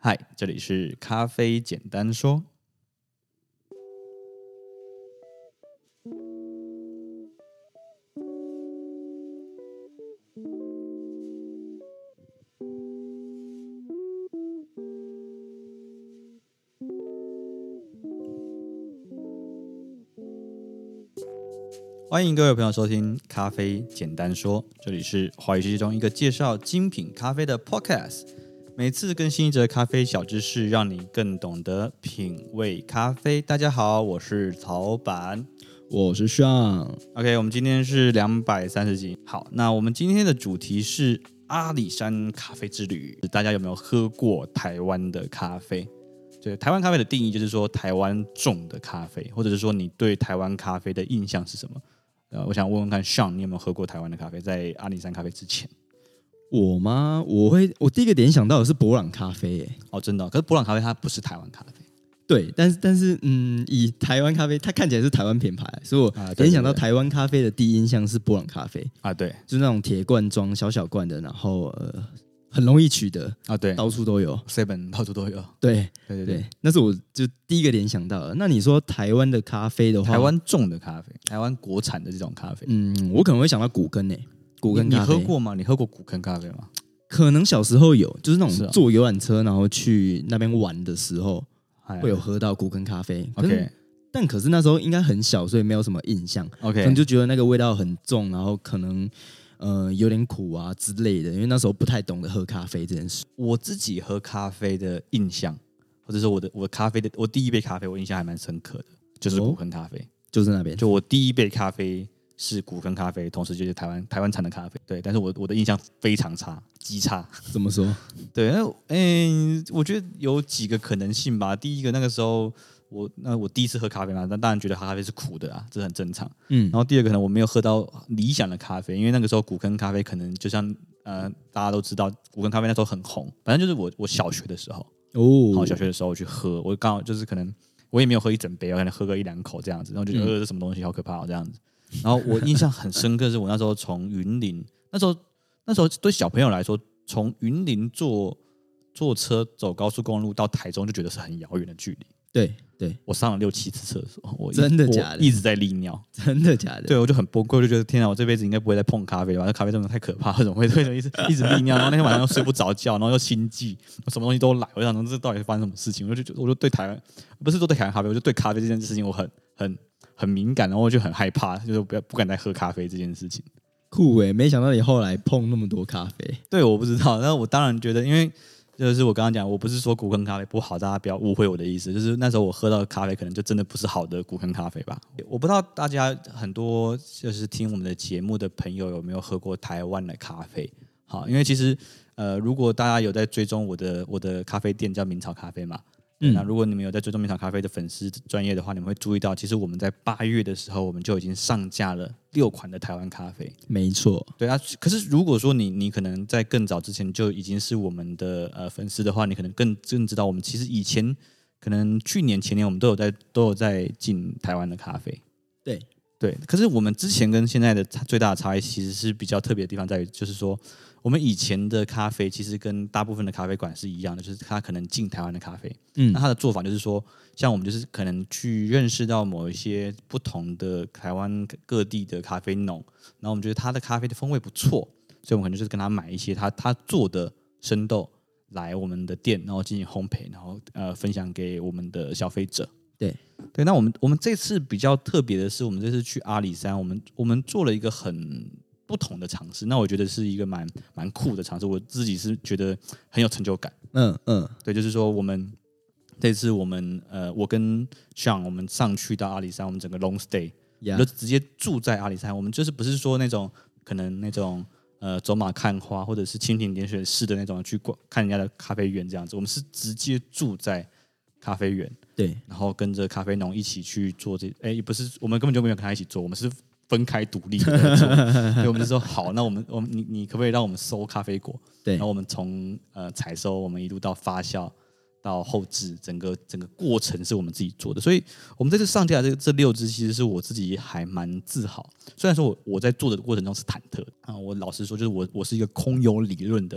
嗨，这里是咖啡简单说。欢迎各位朋友收听咖啡简单说，这里是华语世界中一个介绍精品咖啡的 podcast， 每次更新一则咖啡小知识，让你更懂得品味咖啡。大家好，我是曹板， 我是 Sean。 OK， 我们今天是230集。好，那我们今天的主题是阿里山咖啡之旅。大家有没有喝过台湾的咖啡？对，台湾咖啡的定义就是说台湾种的咖啡，或者是说你对台湾咖啡的印象是什么？我想问问看 Sean， 你有没有喝过台湾的咖啡？在阿里山咖啡之前。 我吗？我第一个联想到的是伯朗咖啡耶。 哦，真的哦？可是伯朗咖啡它不是台湾咖啡。 对，但是以台湾咖啡，它看起来是台湾品牌，所以我联想到台湾咖啡的第一印象是伯朗咖啡啊，对， 就是那种铁罐装小小罐的，然后很容易取得啊，对， 到处都有 ，7 到处都有。 对，那是我就第一个联想到的。那你说台湾的咖啡的话， 台湾种的咖啡，台湾国产的这种咖啡， 我可能会想到古根诶，古根咖啡。 你喝过吗？你喝过古根咖啡吗？ 可能小时候有，就是那种坐游览车然后去那边玩的时候，会有喝到古根咖啡。 OK， 但可是那时候应该很小，所以没有什么印象。 OK， 可能就觉得那个味道很重，然后可能有点苦啊之类的，因为那时候不太懂得喝咖啡这件事。 我自己喝咖啡的印象，或者说我咖啡的我第一杯咖啡，我印象还蛮深刻的，就是古根咖啡， 就是那边。 就我第一杯咖啡是古根咖啡，同时就是台湾产的咖啡。对，但是我的印象非常差，极差。 怎么说？ 对，我觉得有几个可能性吧。第一个，那个时候我第一次喝咖啡嘛，那当然觉得咖啡是苦的啊，这很正常。然后第二个，可能我没有喝到理想的咖啡，因为那个时候古根咖啡可能就像大家都知道，古根咖啡那时候很红。反正就是我小学的时候，好，小学的时候我去喝，我刚好就是可能我也没有喝一整杯，我可能喝个1-2口这样子，然后就觉得这什么东西好可怕这样子。然后我印象很深刻，是我那时候从云林，那时候对小朋友来说，从云林坐车走高速公路到台中就觉得是很遥远的距离。 对， 我上了6-7次厕所， 真的假的？ 我一直在利尿， 真的假的？ 对，我就很崩溃，就觉得天啊，我这辈子应该不会再碰咖啡了吧？这咖啡真的太可怕了，怎么会一直利尿？然后那天晚上又睡不着觉，然后又心悸，什么东西都来。我想说这到底发生什么事情？我就对台湾，不是说对台湾咖啡，我就对咖啡这件事情我很敏感，然后我就很害怕，就是不敢再喝咖啡这件事情。 酷欸，没想到你后来碰那么多咖啡。 对，我不知道，但我当然觉得，因为就是我刚刚讲，我不是说古根咖啡不好，大家不要误会我的意思，就是那时候我喝到的咖啡可能就真的不是好的古根咖啡吧。我不知道大家很多就是听我们的节目的朋友有没有喝过台湾的咖啡。好，因为其实如果大家有在追踪我的咖啡店叫明朝咖啡嘛。那如果你们有在追踪明朝咖啡的粉丝专业的话，你们会注意到，其实我们在8月的时候，我们就已经上架了6款的台湾咖啡。 没错， 对啊。可是如果说你可能在更早之前就已经是我们的粉丝的话，你可能更知道我们其实以前可能去年前年我们都有在进台湾的咖啡。对，可是我们之前跟现在的最大的差异其实是比较特别的地方在于，就是说我们以前的咖啡其实跟大部分的咖啡馆是一样的，就是它可能进台湾的咖啡。那它的做法就是说，像我们就是可能去认识到某一些不同的台湾各地的咖啡农，然后我们觉得他的咖啡的风味不错，所以我们可能就是跟他买一些他做的生豆来我们的店，然后进行烘焙，然后分享给我们的消费者。对，那我们这次比较特别的是，我们这次去阿里山，我们做了一个很不同的尝试。那我觉得是一个蛮酷的尝试，我自己是觉得很有成就感。对，就是说这次我跟 Sean 我们上去到阿里山，我们整个 long stay， 就直接住在阿里山。我们就是不是说那种可能那种走马看花或者是蜻蜓点水式的那种去看人家的咖啡园这样子，我们是直接住在咖啡园。 对， 然后跟着咖啡农一起去做也不是，我们根本就没有跟他一起做，我们是分开独立的在做。所以我们就说好，那你可不可以让我们收咖啡果？ 对， 然后我们从采收，我们一路到发酵到后制，整个过程是我们自己做的。所以我们这次上架这6支，其实是我自己还蛮自豪。虽然说我在做的过程中是忐忑啊，我老实说，就是我是一个空有理论的人。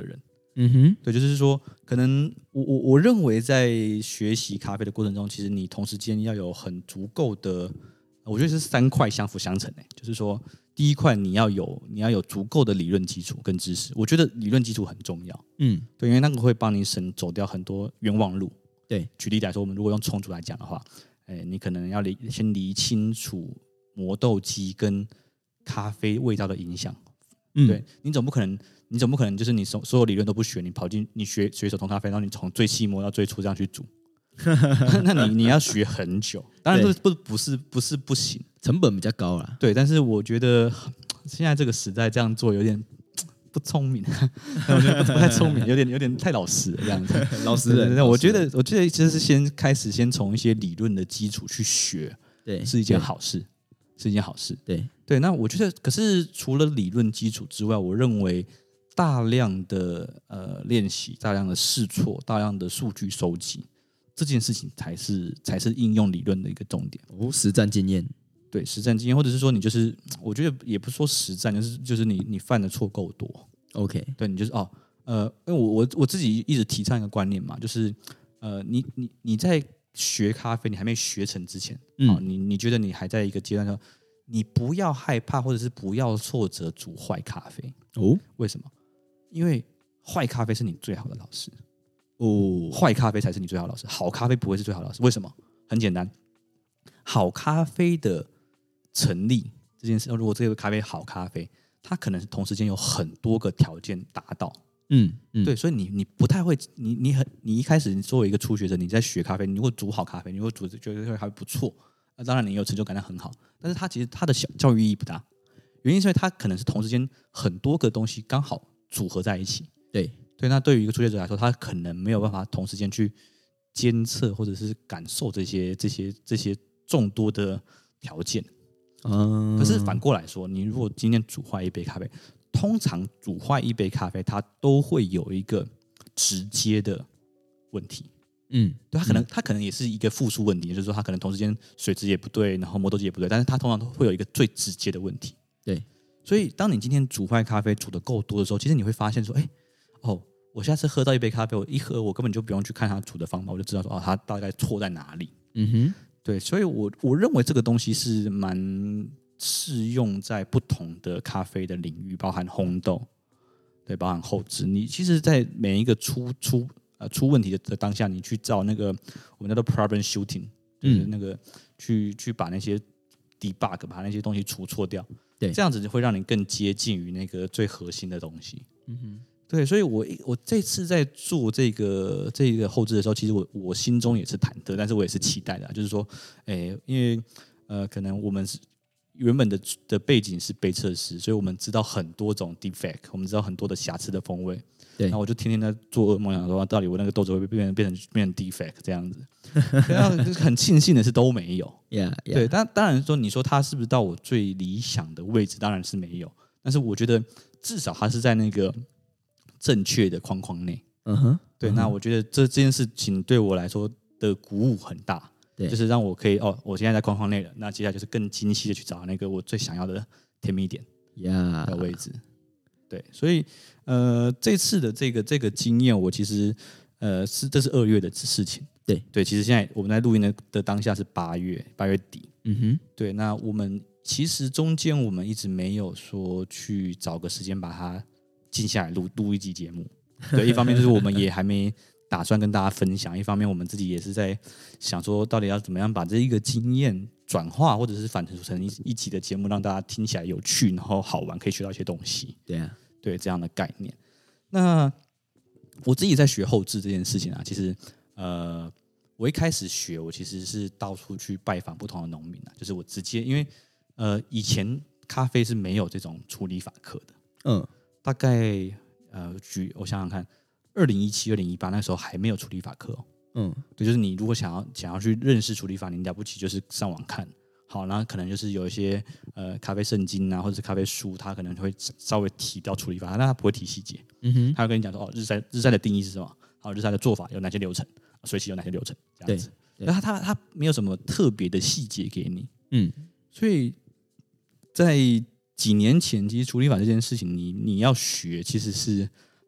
对，就是说，可能我认为在学习咖啡的过程中，其实你同时间要有很足够的，我觉得是3块相辅相成就是说，第一块你要有足够的理论基础跟知识，我觉得理论基础很重要，对，因为那个会帮你走掉很多冤枉路。 对， 举例来说，我们如果用冲煮来讲的话，你可能要先理清楚磨豆机跟咖啡味道的影响。对，你总不可能就是你所有理论都不学，你跑进你学手冲咖啡，然后你从最细磨到最粗这样去煮，那你要学很久。当然不是不行， 成本比较高啦。 对，但是我觉得现在这个时代这样做有点不聪明，我觉得不太聪明，有点太老实了这样子。 老实人， 我觉得其实是先从一些理论的基础去学， 对， 是一件好事，是一件好事。 对， 那我觉得，可是除了理论基础之外，我认为大量的练习、大量的试错、大量的数据收集，这件事情才是应用理论的一个重点。 实战经验。 对，实战经验，或者是说你就是，我觉得也不是说实战，就是你犯的错够多 ，OK， 对你就是因为我自己一直提倡一个观念嘛，就是你在学咖啡，你还没学成之前，你觉得你还在一个阶段上，你不要害怕，或者是不要挫折煮坏咖啡为什么？因为坏咖啡是你最好的老师坏咖啡才是你最好的老师，好咖啡不会是最好的老师。为什么？很简单，好咖啡的成立这件事，如果这个咖啡好咖啡，它可能同时间有很多个条件达到。对，所以你不太会，你一开始作为一个初学者，你在学咖啡，你如果煮好咖啡，你如果觉得还不错，那当然你有成就感，那很好。但是它其实它的教育意义不大，原因是因为它可能是同时间很多个东西刚好组合在一起。 对， 那对于一个初学者来说，他可能没有办法同时间去监测或者是感受这些众多的条件。可是反过来说，你如果今天煮坏一杯咖啡，通常煮坏一杯咖啡，它都会有一个直接的问题。对，它可能也是一个复数问题，就是说它可能同时间水质也不对，然后磨豆机也不对，但是它通常都会有一个最直接的问题。 对， 所以当你今天煮坏咖啡煮的够多的时候，其实你会发现说，我下次喝到一杯咖啡，我一喝我根本就不用去看它煮的方法，我就知道说它大概错在哪里。对，所以我认为这个东西是蛮适用在不同的咖啡的领域，包含烘豆，对，包含后制。你其实，在每一个出问题的当下，你去找那个我们叫做 problem shooting， 就是那个去把那些 debug， 把那些东西除错掉， 对， 这样子会让你更接近于那个最核心的东西。对，所以我这次在做这个后制的时候，其实我心中也是忐忑，但是我也是期待的，就是说，因为可能我们是原本的背景是杯测师，所以我们知道很多种 defect， 我们知道很多的瑕疵的风味。对，然后我就天天在做噩梦，想说到底我那个豆子会变成 defect 这样子。然后很庆幸的是都没有。对，当然说你说它是不是到我最理想的位置，当然是没有，但是我觉得至少它是在那个正确的框框内。对，那我觉得这件事情对我来说的鼓舞很大，就是让我可以我现在在框框内了，那接下来就是更精细的去找那个我最想要的甜蜜点的位置。对，所以这次的这个经验，我其实这是2月的事情。对，其实现在我们在录音的当下是8月底。对，那我们其实中间我们一直没有说去找个时间把它静下来录一集节目。对，一方面就是我们也还没打算跟大家分享，一方面我们自己也是在想说，到底要怎么样把这一个经验转化，或者是反刍成一集的节目，让大家听起来有趣，然后好玩，可以学到一些东西。对，这样的概念。那我自己在学后制这件事情啊，其实我一开始学，我其实是到处去拜访不同的农民啊，就是我直接因为以前咖啡是没有这种处理法课的。大概我想想看，2017、2018那时候还没有处理法课。对，就是你如果想要去认识处理法，你了不起就是上网看。好，然后可能就是有一些咖啡圣经啊，或者是咖啡书，它可能会稍微提到处理法，但它不会提细节。他会跟你讲说，日晒的定义是什么？好，日晒的做法有哪些流程？水洗有哪些流程？这样子。它没有什么特别的细节给你。所以在几年前，其实处理法这件事情，你要学其实是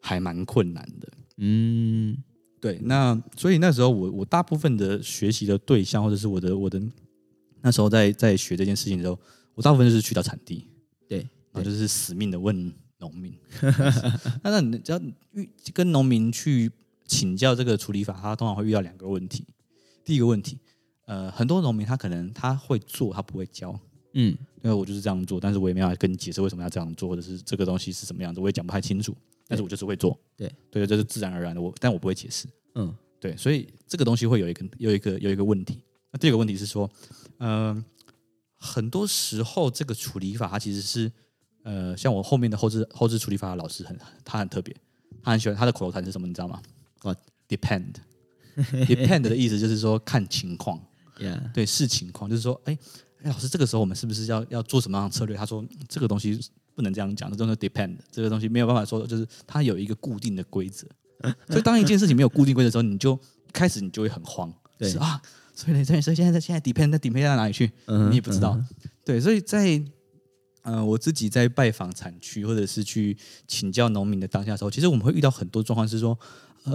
还蛮困难的。 嗯， 对，那所以那时候我大部分的学习的对象，或者是我的那时候在学这件事情的时候，我大部分就是去到产地， 对， 然后就是死命的问农民。那你只要跟农民去请教这个处理法，他通常会遇到2个问题。第一个问题，很多农民他可能他会做，他不会教。因为我就是这样做，但是我也没办法跟你解释为什么要这样做，或者是这个东西是什么样子，我也讲不太清楚。但是我就是会做，对，这是自然而然的，但我不会解释。对，所以这个东西会有一个问题。那第二个问题是说，很多时候这个处理法它其实是，像我后面的后置处理法的老师他很特别，他很喜欢他的口头禅是什么，你知道吗？Depend 的意思就是说看情况，对，视情况，就是说，老师，这个时候我们是不是要做什么样的策略？他说这个东西不能这样讲，这东西 depend， 这个东西没有办法说，就是它有一个固定的规则。所以当一件事情没有固定规则的时候，你就会很慌，是啊，所以现在 depend 到哪里去？你也不知道。对，所以在我自己在拜访产区或者是去请教农民的当下的时候，其实我们会遇到很多状况是说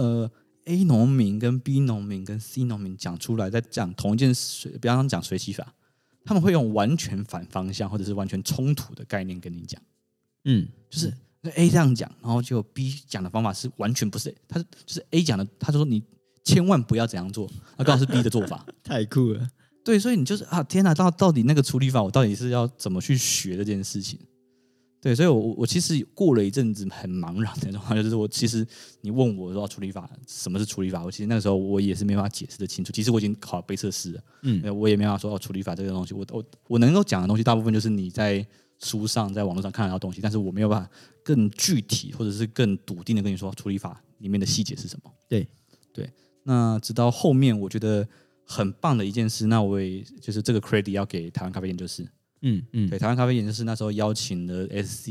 ，A 农民跟 B 农民跟 C 农民讲出来，在讲同一件事，比方讲水洗法。他们会用完全反方向或者是完全冲突的概念跟你讲，就是 A 这样讲，然后就 B 讲的方法是完全不是，他就是 A 讲的，他就说你千万不要怎样做，那刚好是 B 的做法， 太酷了。 对，所以你就是天哪，到底那个处理法，我到底是要怎么去学这件事情？对，所以我其实过了一阵子很茫然的状况，就是我其实你问我说处理法什么是处理法，我其实那个时候我也是没办法解释的清楚。其实我已经考杯测试了，我也没办法说处理法这个东西，我能够讲的东西大部分就是你在书上在网络上看得到东西，但是我没有办法更具体或者是更笃定的跟你说处理法里面的细节是什么。 对， 那直到后面我觉得很棒的一件事，那我也就是这个 credit 要给台湾咖啡研究室。对，台湾咖啡研究室那时候邀请了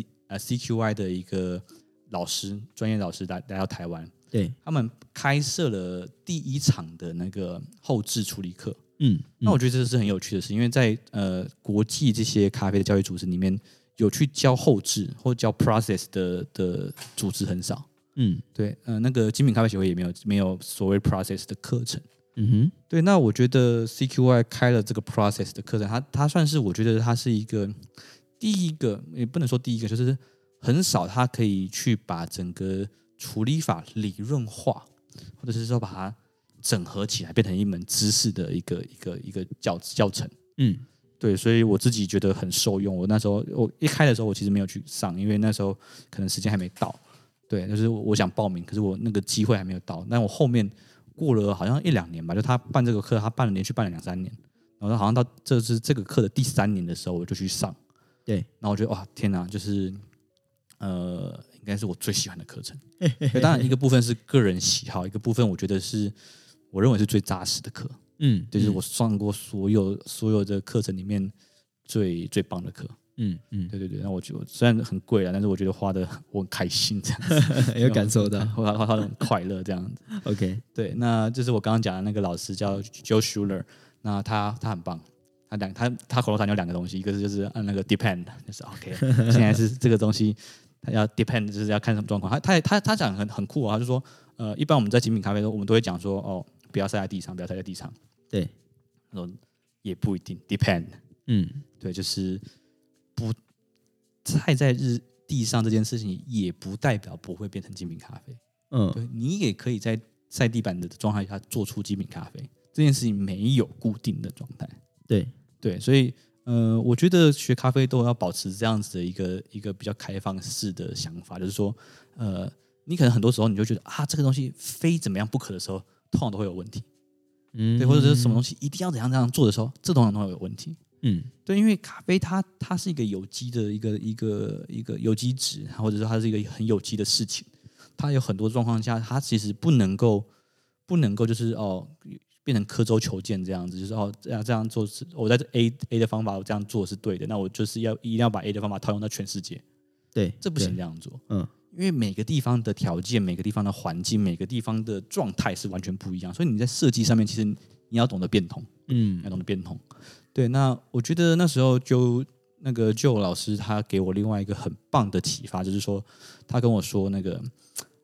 CQI 的一个专业老师来到台湾， 对， 他们开设了第1场的那个后制处理课。那我觉得这是很有趣的事，因为在国际这些咖啡的教育组织里面，有去教后制或教 process 的组织很少。对，那个精品咖啡协会也没有所谓 process 的课程。对，那我觉得 CQI 开了这个 process 的课程，它算是我觉得它是一个第一个，也不能说第一个，就是很少它可以去把整个处理法理论化，或者是说把它整合起来变成一门知识的一个教程。对，所以我自己觉得很受用。我那时候我一开的时候，我其实没有去上，因为那时候可能时间还没到。对，就是我想报名，可是我那个机会还没有到。但我后面过了好像1-2年吧，就他办这个课，他连续办了2-3年，然后好像到这个课的第3年的时候，我就去上。 对， 然后我觉得哇，天哪，就是应该是我最喜欢的课程。当然，一个部分是个人喜好，一个部分我觉得是我认为是最扎实的课。就是我上过所有的课程里面最棒的课。对，那我就虽然很贵啦，但是我觉得花的我很开心，这样子有感受到花的很快乐这样子。 OK， 对，那就是我刚刚讲的那个老师叫 Joe Schuler， 那他很棒，他口头禅有2个东西，一个就是按那个 depend， 就是 OK， 现在是这个东西他要 depend， 就是要看什么状况。他讲很酷他就说一般我们在精品咖啡我们都会讲说不要晒在地上，不要晒在地上。 对， 也不一定 depend。对，就是不晒在地上这件事情，也不代表不会变成精品咖啡。对，你也可以在晒地板的状态下做出精品咖啡，这件事情没有固定的状态。对，所以我觉得学咖啡都要保持这样子的一个比较开放式的想法，就是说你可能很多时候你就觉得这个东西非怎么样不可的时候，通常都会有问题。对，或者是什么东西一定要怎样做的时候，这通常都会有问题。对，因为咖啡它是一个有机的一个有机质，或者说它是一个很有机的事情，它有很多状况下，它其实不能够就是变成刻舟求剑这样子，就是这样做是我在这 A 的方法我这样做是对的，那我就是一定要把 A 的方法套用到全世界。 对， 这不行这样做。因为每个地方的条件、每个地方的环境、每个地方的状态是完全不一样，所以你在设计上面，其实你要懂得变通。要懂得变通。对，那我觉得那时候那个Joe老师他给我另外一个很棒的启发，就是说他跟我说那个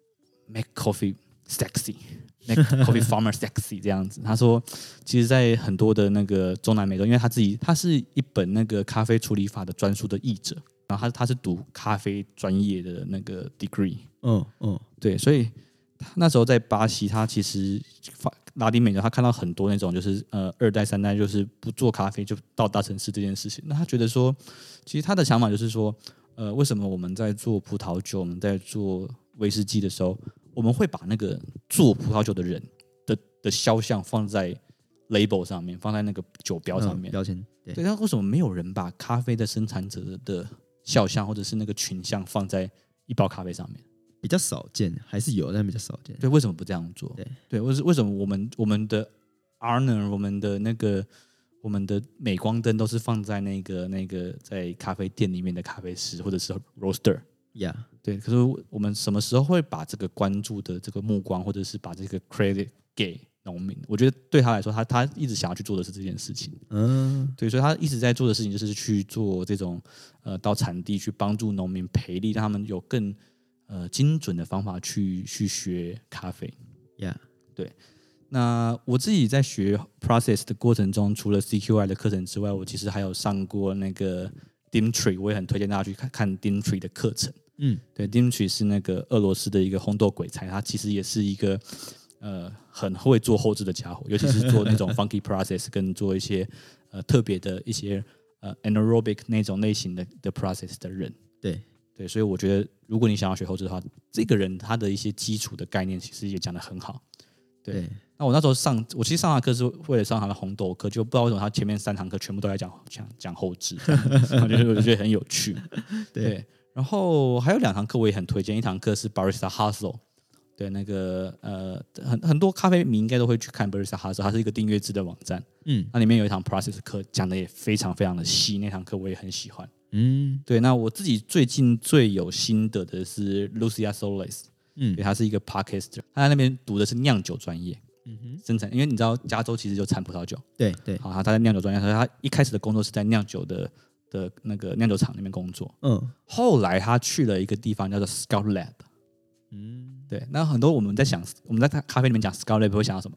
make coffee sexy。Make coffee farmer sexy 这样子，他说，其实，在很多的那个中南美洲，因为他是一本那个咖啡处理法的专书的译者，然后他是读咖啡专业的那个 degree， 对，所以那时候在巴西，他其实拉丁美洲，他看到很多那种就是2代3代就是不做咖啡就到大城市这件事情，那他觉得说，其实他的想法就是说，为什么我们在做葡萄酒，我们在做威士忌的时候，我们会把那个做葡萄酒的人的肖像放在 label 上面，放在那个酒标上面， 标签。 对，但为什么没有人把咖啡的生产者的肖像或者是那个群像放在一包咖啡上面？ 比较少见，还是有，但比较少见。 对，为什么不这样做？对，为什么我们的 honor， 我们的镁光灯都是放在那个在咖啡店里面的咖啡师或者是 roaster？对，可是我们什么时候会把这个关注的这个目光，或者是把这个 credit 给农民？我觉得对他来说，他一直想要去做的是这件事情。对，所以他一直在做的事情就是去做这种到产地去帮助农民培力，让他们有更精准的方法去学咖啡。对。那我自己在学 process 的过程中，除了 CQI 的课程之外，我其实还有上过那个 Dimitri， 我也很推荐大家去看 Dimitri 的课程。对 ，Dimitri 是那个俄罗斯的一个烘豆鬼才，他其实也是一个很会做后置的家伙，尤其是做那种 funky process 跟做一些特别的一些anaerobic 那种类型的 process 的人。对，所以我觉得如果你想要学后置的话，这个人他的一些基础的概念其实也讲得很好。对，那我那时候我其实上他课是为了上他的红豆课，就不知道为什么他前面3堂课全部都在讲后置，我觉得很有趣。对，然后还有2堂课我也很推荐，一堂课是 Barista Hustle， 对，那个很多咖啡迷应该都会去看 Barista Hustle， 它是一个订阅制的网站。那里面有一堂 Process 课讲的也非常非常的细，那堂课我也很喜欢。对，那我自己最近最有心得的是 Lucia Solis。对，他是一个 podcaster， 他在那边读的是酿酒专业，生产，因为你知道加州其实就产葡萄酒， 对， 好，他在酿酒专业，所以他一开始的工作是在酿酒的那个酿酒厂那边工作，后来他去了一个地方叫做 Scout Lab，对，那很多我们在咖啡里面讲 Scout Lab 会想到什么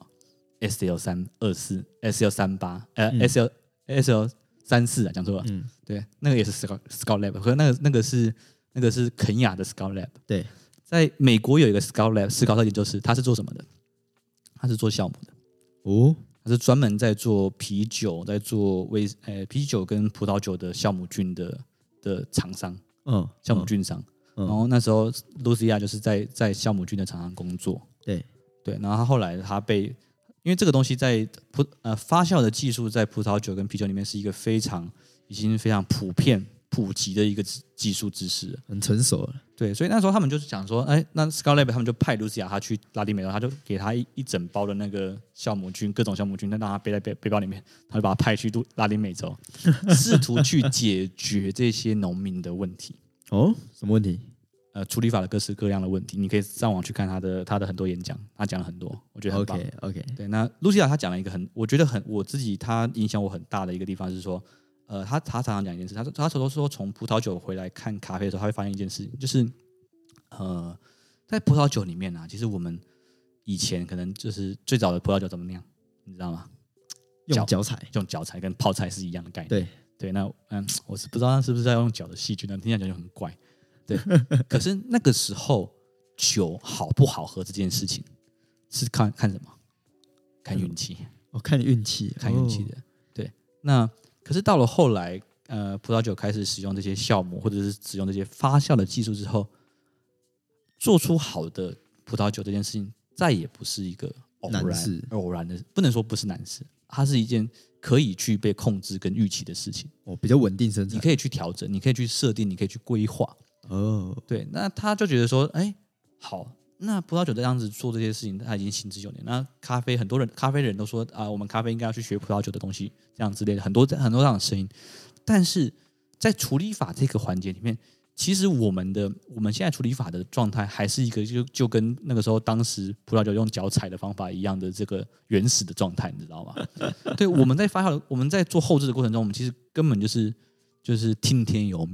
SL324，SL34 啊，讲错了，对，那个也是 Scout Lab， 和那个是肯亚的 Scout Lab， 对。在美国有一个 Scout Lab， 斯考特研究室，他是做什么的？他是做酵母的。他是专门在做啤酒，在做啤酒跟葡萄酒的酵母菌的厂商，酵母菌商。然后那时候 Lucia 就是在酵母菌的厂商工作。对，然后他后来因为这个东西在发酵的技术在葡萄酒跟啤酒里面是一个已经非常普及的一个技术知识， 很成熟了。 对，所以那时候他们就是讲说，那 Scout Lab 他们就派 Lucia 他去拉丁美洲，他就给他一整包的那个酵母菌，各种酵母菌，他让他背在背包里面，他就把他派去拉丁美洲，试图去解决这些农民的问题。 什么问题？ 处理法的各式各样的问题，你可以上网去看他的很多演讲，他讲了很多，我觉得很棒。 OK， 对，那 Lucia 他讲了一个我觉得我自己他影响我很大的一个地方是说。他常常讲一件事，他都说从葡萄酒回来看咖啡的时候，他会发现一件事情，就是在葡萄酒里面啊，其实我们以前可能就是最早的葡萄酒怎么酿，你知道吗？ 用脚踩跟泡菜是一样的概念。对，那我是不知道他是不是在用脚的细菌，听起来就很怪。对，可是那个时候酒好不好喝这件事情是看什么？看运气。 看运气的。对，那。可是到了后来，葡萄酒开始使用这些酵母，或者是使用这些发酵的技术之后，做出好的葡萄酒这件事情，再也不是一个偶然的，不能说不是难事，它是一件可以去被控制跟预期的事情。 比较稳定生产， 你可以去调整，你可以去设定，你可以去规划。对，那他就觉得说，好。那葡萄酒这样子做这些事情，他已经行之有年。那咖啡人都说我们咖啡应该要去学葡萄酒的东西，这样之类的，很多这样的声音。但是在处理法这个环节里面，其实我们现在处理法的状态还是一个就跟那个时候当时葡萄酒用脚踩的方法一样的这个原始的状态，你知道吗？对，我们在发酵，我们在做后置的过程中，我们其实根本就是听天由命。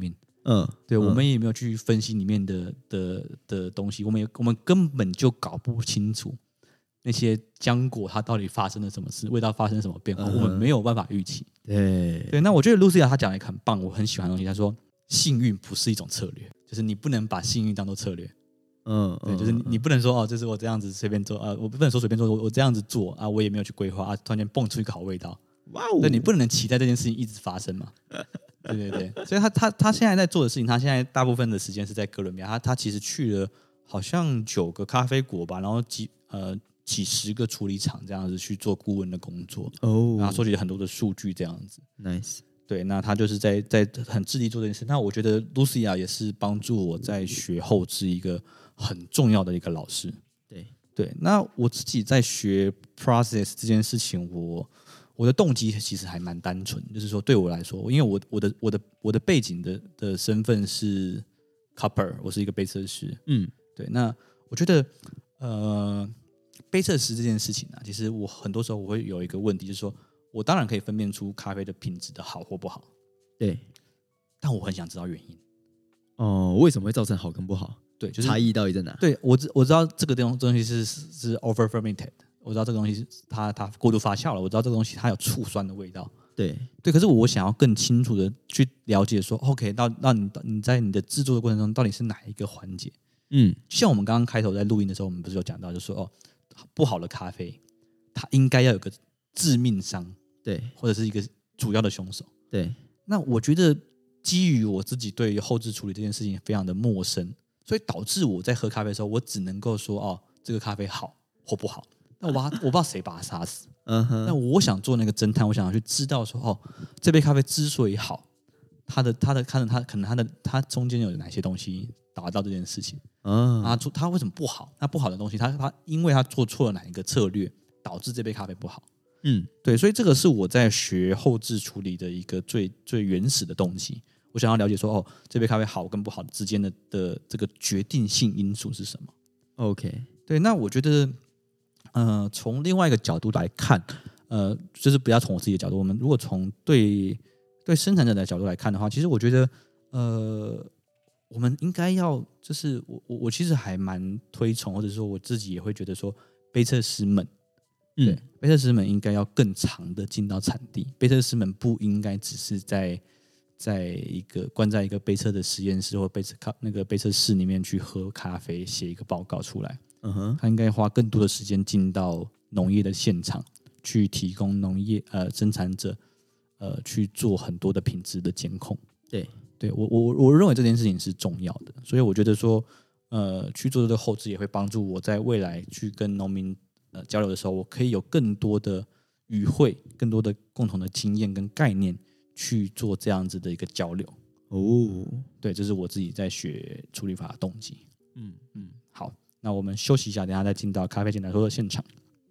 对，我们也没有去分析里面的东西，我们根本就搞不清楚那些浆果它到底发生了什么事，味道发生了什么变化，我们没有办法预期。对，那我觉得 Lucia 她讲的一个很棒，我很喜欢的东西，她说幸运不是一种策略，就是你不能把幸运当做策略。对，就是你不能说哦，就是我这样子随便做我不能说随便做，我这样子做我也没有去规划突然间蹦出一个好味道。哇哦！对，你不能期待这件事情一直发生嘛。对，所以他现在在做的事情，他现在大部分的时间是在哥伦比亚，他其实去了好像9个咖啡国吧，然后几十个处理厂这样子去做顾问的工作然后收集了很多的数据这样子。 Nice。 对，那他就是在很致力做这件事。那我觉得 Lucia 也是帮助我在学后制一个很重要的一个老师。对，那我自己在学 process 这件事情，我的动机其实还蛮单纯，就是说对我来说，因为我的背景的身份是 Cupper， 我是一个杯测师。对，那我觉得杯测师这件事情其实我很多时候我会有一个问题，就是说我当然可以分辨出咖啡的品质的好或不好， 对， 但我很想知道原因。 为什么会造成好跟不好？ 对，就是差异到底在哪？ 对，我知道这个东西是 over fermented。我知道这个东西它过度发酵了，我知道这个东西它有醋酸的味道。对，可是我想要更清楚的去了解说 ，OK， 到你在你的制作的过程中到底是哪一个环节？像我们刚刚开头在录音的时候，我们不是有讲到，就说不好的咖啡，它应该要有个致命伤，对，或者是一个主要的凶手。对，那我觉得基于我自己对于后置处理这件事情非常的陌生，所以导致我在喝咖啡的时候，我只能够说这个咖啡好或不好。那我不知道谁把它杀死。那我想做那个侦探，我想要去知道说这杯咖啡之所以好，它中间有哪些东西达到这件事情它为什么不好？那不好的东西，因为它做错了哪一个策略，导致这杯咖啡不好。对，所以这个是我在学后置处理的一个最原始的东西。我想要了解说这杯咖啡好跟不好之间的这个决定性因素是什么。OK， 对，那我觉得从另外一个角度来看，就是不要从我自己的角度，我们如果从对生产者的角度来看的话，其实我觉得我们应该要就是我其实还蛮推崇，或者说我自己也会觉得说杯测师们对，杯测师们应该要更长的进到产地，杯测师们不应该只是在关在一个杯测的实验室或那个杯测室里面去喝咖啡，写一个报告出来。他应该花更多的时间进到农业的现场，去提供农业生产者去做很多的品质的监控。对，我认为这件事情是重要的，所以我觉得说去做这个后置也会帮助我在未来去跟农民交流的时候，我可以有更多的语汇，更多的共同的经验跟概念去做这样子的一个交流。对，这是我自己在学处理法的动机。好，那我们休息一下，等一下再进到咖啡简单说的现场。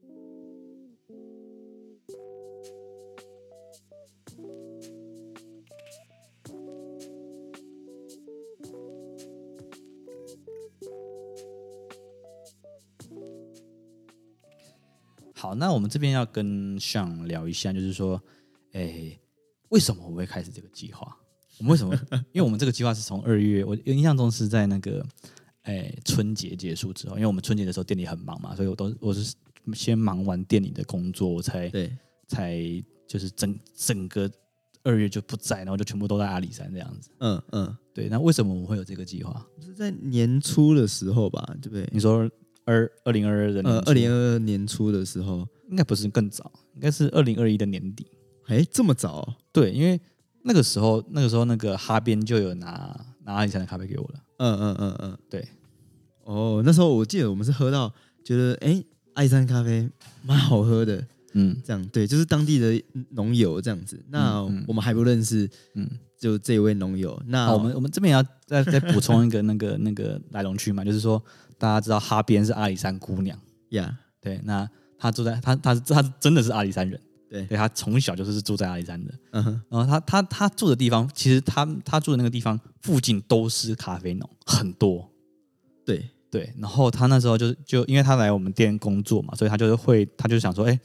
好，那我们这边要跟Sean聊一下，就是说，为什么我会开始这个计划？我们为什么？因为我们这个计划是从2月，我印象中是在那个春节结束之后，因为我们春节的时候店里很忙嘛，所以我是先忙完店里的工作，我才就是整个2月就不在，然后就全部都在阿里山这样子。对。那为什么我们会有这个计划？ 是在年初的时候吧，对不对？ 你说2022的年初 2022年初的时候， 应该不是更早，应该是2021的年底。 这么早？ 对，因为那个时候那个哈边就有拿阿里山的咖啡给我了。对。 那时候我记得我们是喝到觉得阿里山咖啡蛮好喝的。这样对，就是当地的农友这样子。那我们还不认识，就这位农友。那我们这边也要再补充一个那个来龙去脉，就是说大家知道哈边是阿里山姑娘呀， 对，那他住在他真的是阿里山人，对，他从小就是住在阿里山的。然后他住的地方，其实他住的那个地方附近都是咖啡农，很多。对，然后他那时候就因为他来我们店工作嘛，所以他就想说，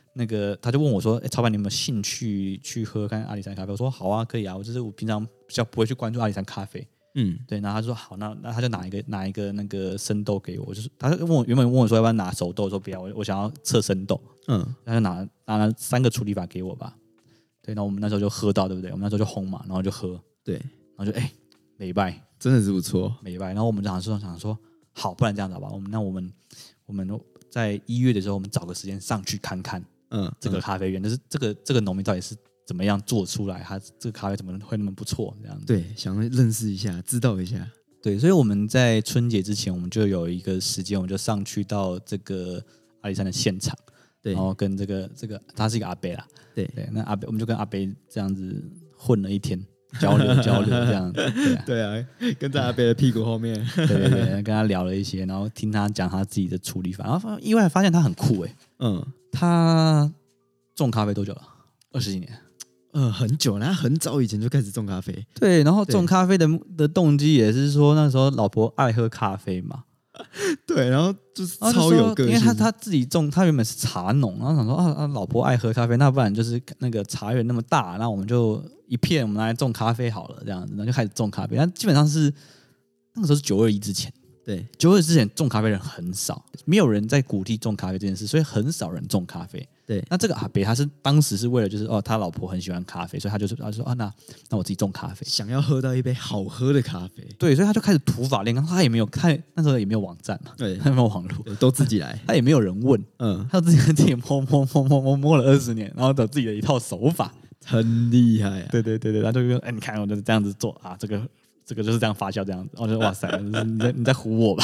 那个他就问我说：“曹板，你有没有兴趣去喝看阿里山咖啡？”我说：“好啊，可以啊。”我平常比较不会去关注阿里山咖啡。对。然后他说：“好，那他就拿一个那个生豆给我，就是他原本问我说要不要拿熟豆，我说不要，我想要测生豆。他就拿了3个处理法给我吧。对，然后我们那时候就喝到，对不对？我们那时候就烘嘛，然后就喝。对，然后就美拜， 真的是不错， 美拜。然后我们就想说，好，不然这样子好吧，我们在1月的时候，我们找个时间上去看看。这个咖啡园，就是这个农民到底是怎么样做出来，他这个咖啡怎么会那么不错？这样子。 对，想认识一下，知道一下。 对，所以我们在春节之前，我们就有一个时间，我们就上去到这个阿里山的现场，对，然后跟这个他是一个阿伯啦，对，那阿伯我们就跟阿伯这样子混了一天，交流这样子。 对啊，跟在阿伯的屁股后面， 对，跟他聊了一些，然后听他讲他自己的处理法，然后意外发现他很酷他种咖啡多久了？20几年。 很久了，他很早以前就开始种咖啡。 对，然后种咖啡的动机也是说那时候老婆爱喝咖啡嘛。 对，然后就是超有个性， 因为他自己种，他原本是茶农，然后想说老婆爱喝咖啡，那不然就是那个茶园那么大，那我们就一片我们拿来种咖啡好了，这样子，然后就开始种咖啡。但基本上是那个时候是921之前。对，921之前种咖啡人很少，没有人在鼓励种咖啡这件事，所以很少人种咖啡。对，那这个阿伯他当时是为了就是他老婆很喜欢咖啡，所以他说那我自己种咖啡， 想要喝到一杯好喝的咖啡。 对，所以他就开始土法炼钢，他也没有看那时候也没有网站嘛，对，他没有网络， 都自己来， 他也没有人问，他自己摸了20年，然后有自己的一套手法， 很厉害啊！ 对，他就说你看我就是这样子做啊，这个就是这样发酵这样子，我就哇塞，你在唬我吧，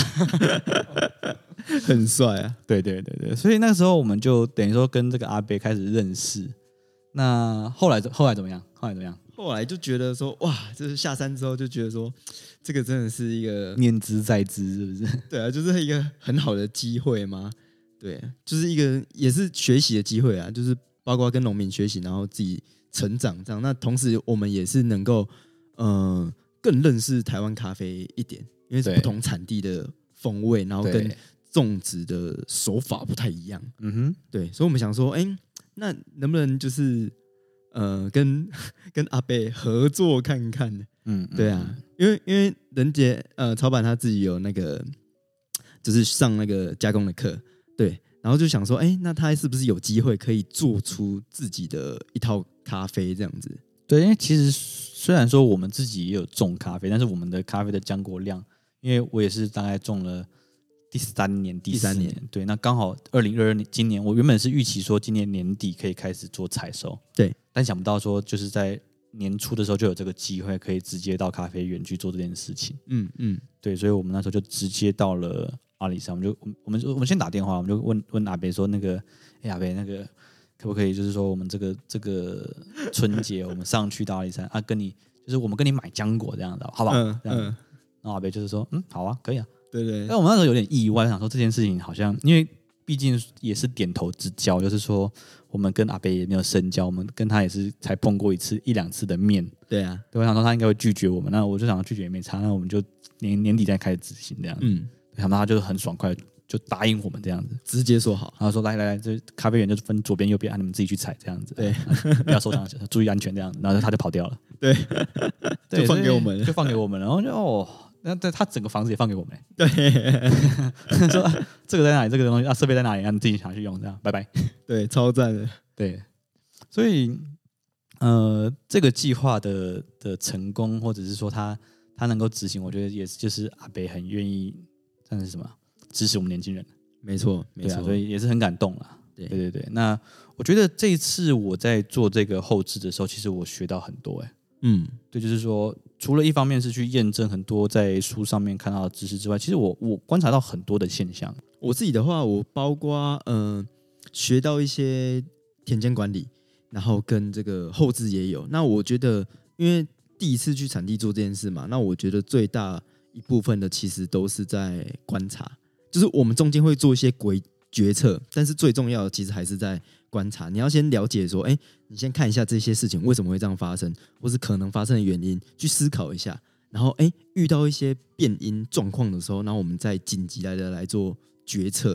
很帅啊！ 对，所以那时候我们就等于说跟这个阿伯开始认识。那后来怎么样？ 后来就觉得说哇，就是下山之后就觉得说，这个真的是一个念之在之，是不是？ 对啊，就是一个很好的机会嘛。对，就是一个也是学习的机会啊，就是包括跟农民学习，然后自己成长这样。那同时我们也是能够更认识台湾咖啡一点，因为是不同产地的风味，然后跟种植的手法不太一样。对，所以我们想说，那能不能就是跟阿伯合作看看？对啊，因为仁杰曹板他自己有那个就是上那个加工的课，对，然后就想说，那他是不是有机会可以做出自己的一套咖啡这样子？ 对，因为其实虽然说我们自己也有种咖啡，但是我们的咖啡的浆果量，因为我也是大概种了第3年、第4年，对，那刚好2022年今年，我原本是预期说今年年底可以开始做采收，对，但想不到说就是在年初的时候就有这个机会，可以直接到咖啡园去做这件事情。对，所以我们那时候就直接到了阿里山，我们先打电话，我们就问阿伯说那个，阿伯那个。可不可以就是说我们这个春节我们上去到阿里山啊，就是我们跟你买浆果这样的，好不好？这样，然后阿伯就是说好啊，可以啊。对。但我们那时候有点意外，想说这件事情好像，因为毕竟也是点头之交，就是说我们跟阿伯也没有深交，我们跟他也是才碰过1、2次的面。对啊，对，我想说他应该会拒绝我们，那我就想拒绝也没差，那我们就年底再开始执行这样子。想到他就很爽快。就答应我们这样子， 直接说好， 然后说来，这咖啡园就分左边右边，你们自己去采这样子，对，不要受伤，注意安全这样子，然后他就跑掉了， 对，就放给我们， 然后就那他整个房子也放给我们，对，说这个在哪里，这个东西设备在哪里，让你自己想去用，这样，拜拜， 对，超赞的， 对，所以这个计划的成功，或者是说他能够执行，我觉得也是就是阿北很愿意，算是什么？支持我们年轻人， 没错， 所以也是很感动啦。对。那我觉得这一次我在做这个后制的时候，其实我学到很多。对，就是说，除了一方面是去验证很多在书上面看到的知识之外，其实我观察到很多的现象。 我自己的话，我包括学到一些田间管理，然后跟这个后制也有。那我觉得，因为第一次去产地做这件事嘛，那我觉得最大一部分的其实都是在观察。就是我们中间会做一些决策，但是最重要的其实还是在观察。你要先了解说，你先看一下这些事情为什么会这样发生，或是可能发生的原因，去思考一下。然后，遇到一些变因状况的时候，然后我们再紧急来做决策，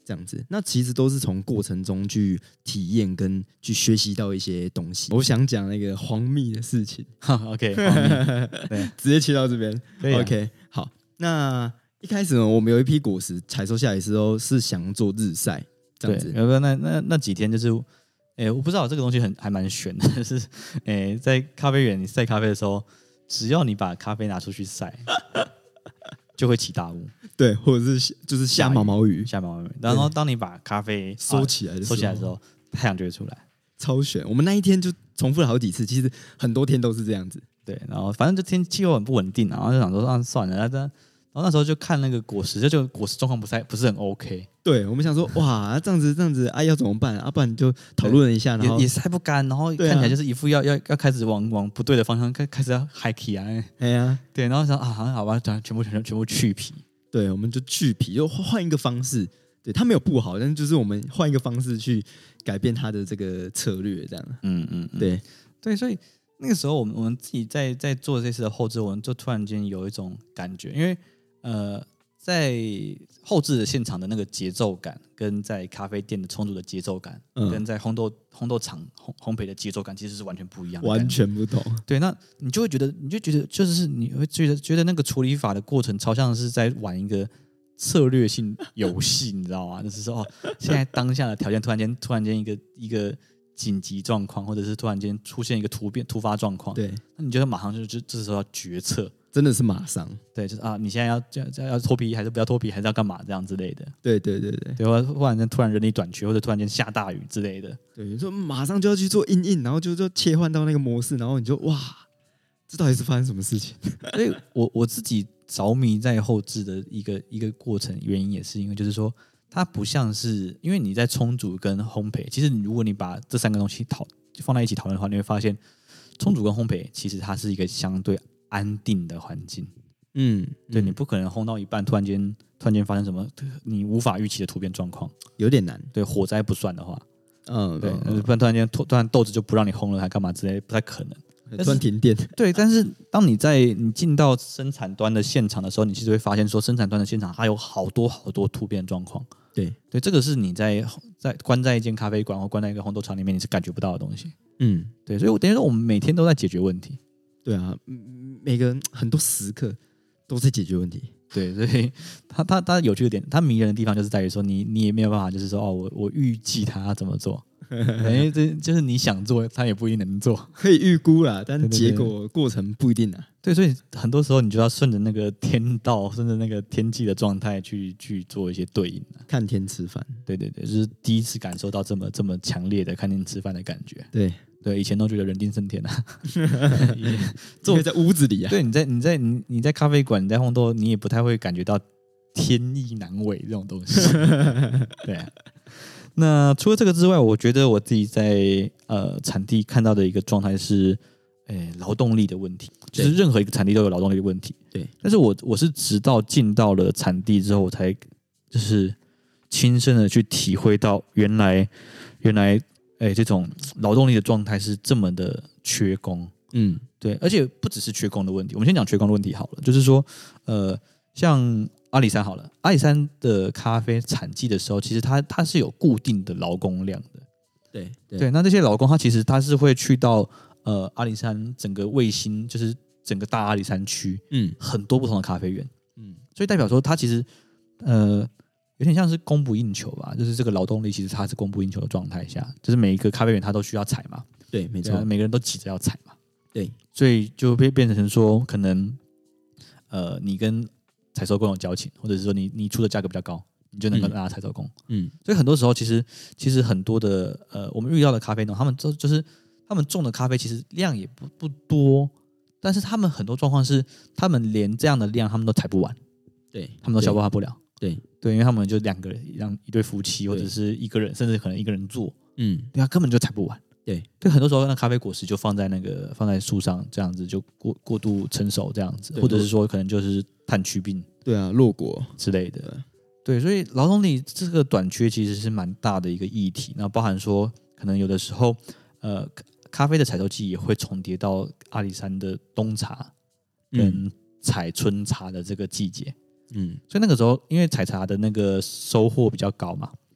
这样子。那其实都是从过程中去体验跟去学习到一些东西。我想讲那个黄蜜的事情 ，OK， 黄蜜对， 直接切到这边。OK， 好，那一开始呢，我们有一批果实采收下来的时候是想做日晒这样子。 对，那几天就是，我不知道这个东西还蛮悬的，就是在咖啡园你晒咖啡的时候，只要你把咖啡拿出去晒，就会起大雾。 对，或者是就是下毛毛雨， 然后当你把咖啡收起来的时候，太阳就会出来， 超悬。我们那一天就重复了好几次，其实很多天都是这样子。 对，然后反正就气候很不稳定，然后就想说算了，然后那时候就看那个果实，就果实状况不是很 OK。 对，我们想说哇，这样子，哎，要怎么办啊？不然就讨论了一下，然后也晒不干，然后看起来就是一副要开始往不对的方向开始要 hike 啊。 哎呀， 对，然后想好吧，全部去皮。 对，我们就去皮，就换一个方式。对，他没有不好，但是就是我们换一个方式去改变他的这个策略，这样。 对，所以那个时候我们自己在做这次的后制，我们就突然间有一种感觉，因为在后制的现场的那个节奏感，跟在咖啡店的冲煮的节奏感，跟在烘豆厂烘焙的节奏感，其实是完全不一样的， 完全不同。对， 那你就会觉得，就是你会觉得那个处理法的过程，超像是在玩一个策略性游戏，你知道吗？就是说，现在当下的条件突然间一个紧急状况，或者是突然间出现一个突发状况， 对， 那你就马上就这时候要决策。 真的是马上， 对，就是你现在要脱皮还是不要脱皮，还是要干嘛这样之类的。 对， 突然人力短缺，或者突然间下大雨之类的。 对，你说马上就要去做印，然后就切换到那个模式，然后你就哇，这到底是发生什么事情？ 所以我自己着迷在后制的一个过程，原因也是因为就是说，它不像是因为你在冲煮跟烘焙，其实如果你把这三个东西放在一起讨论的话，你会发现冲煮跟烘焙其实它是一个相对安定的环境。对，你不可能烘到一半突然间发生什么你无法预期的突变状况， 有点难。 对，火灾不算的话，对，不然突然豆子就不让你烘了，还干嘛之类的，不太可能。 突然停电。 对，但是当你进到生产端的现场的时候，你其实会发现说，生产端的现场它有好多突变状况。对，这个是你在关在一间咖啡馆或关在一个烘豆厂里面你是感觉不到的东西。对，所以我等于说我们每天都在解决问题。 对啊，每个人很多时刻都在解决问题。 对，所以他有趣的点，他迷人的地方就是在于说你也没有办法，就是说我预计他要怎么做，因为这就是你想做，他也不一定能做， 可以预估啦，但结果过程不一定啊。 对，所以很多时候你就要顺着那个天道，顺着那个天气的状态去做一些对应， 看天吃饭。对， 就是第一次感受到这么强烈的看天吃饭的感觉。对，以前都觉得人定胜天啊， 坐在屋子里啊。 对，你在咖啡馆，你在烘豆，你也不太会感觉到天意难违这种东西。对啊。那除了这个之外，我觉得我自己在产地看到的一个状态是，劳动力的问题，就是任何一个产地都有劳动力的问题。对，但是我是直到进到了产地之后，我才就是亲身的去体会到原来。这种劳动力的状态是这么的缺工。对，而且不只是缺工的问题，我们先讲缺工的问题好了。就是说，像阿里山好了，阿里山的咖啡产季的时候，其实它是有固定的劳工量的。对，那这些劳工他其实他是会去到阿里山整个卫星，就是整个大阿里山区，很多不同的咖啡园。所以代表说他其实有点像是供不应求吧，就是这个劳动力其实它是供不应求的状态下，就是每一个咖啡园它都需要采嘛。对，没错，每个人都急着要采嘛。对，所以就变成说，可能你跟采收工有交情，或者是说你出的价格比较高，你就能够拿采收工。所以很多时候其实很多的我们遇到的咖啡农，他们就是他们种的咖啡其实量也不多，但是他们很多状况是他们连这样的量他们都采不完，对他们都消化不了。对，因为他们就两个人一对夫妻，或者是一个人，甚至可能一个人做，对，他根本就采不完。对，很多时候那咖啡果实就放在树上，这样子就过度成熟这样子，或者是说可能就是炭疽病，对啊，落果之类的。对，所以劳动力这个短缺其实是蛮大的一个议题。那包含说，可能有的时候，咖啡的采收季也会重叠到阿里山的冬茶跟采春茶的这个季节。所以那个时候，因为采茶的那个收获比较高嘛，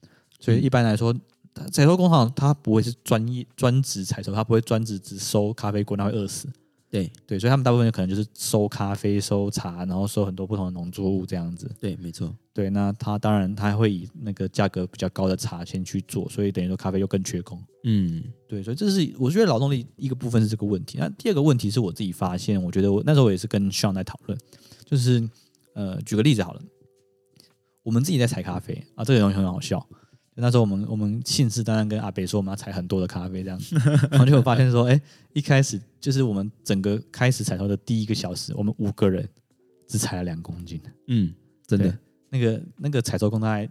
所以一般来说，采收工厂它不会是专职采收，它不会专职只收咖啡果，那会饿死。 对， 所以他们大部分可能就是收咖啡、收茶，然后收很多不同的农作物这样子。 对，没错。 对，那他当然他会以那个价格比较高的茶先去做，所以等于说咖啡又更缺工。对，所以这是我觉得劳动力一个部分是这个问题。那第二个问题是我自己发现，我觉得那时候我也是跟 Sean 在讨论，就是举个例子好了，我们自己在采咖啡啊，这个东西很好笑。那时候我们信誓旦旦跟阿北说我们要采很多的咖啡这样子，然后就发现说，一开始就是我们整个开始采收的第1个小时，我们5个人只采了2公斤。 真的， 那个采收工大概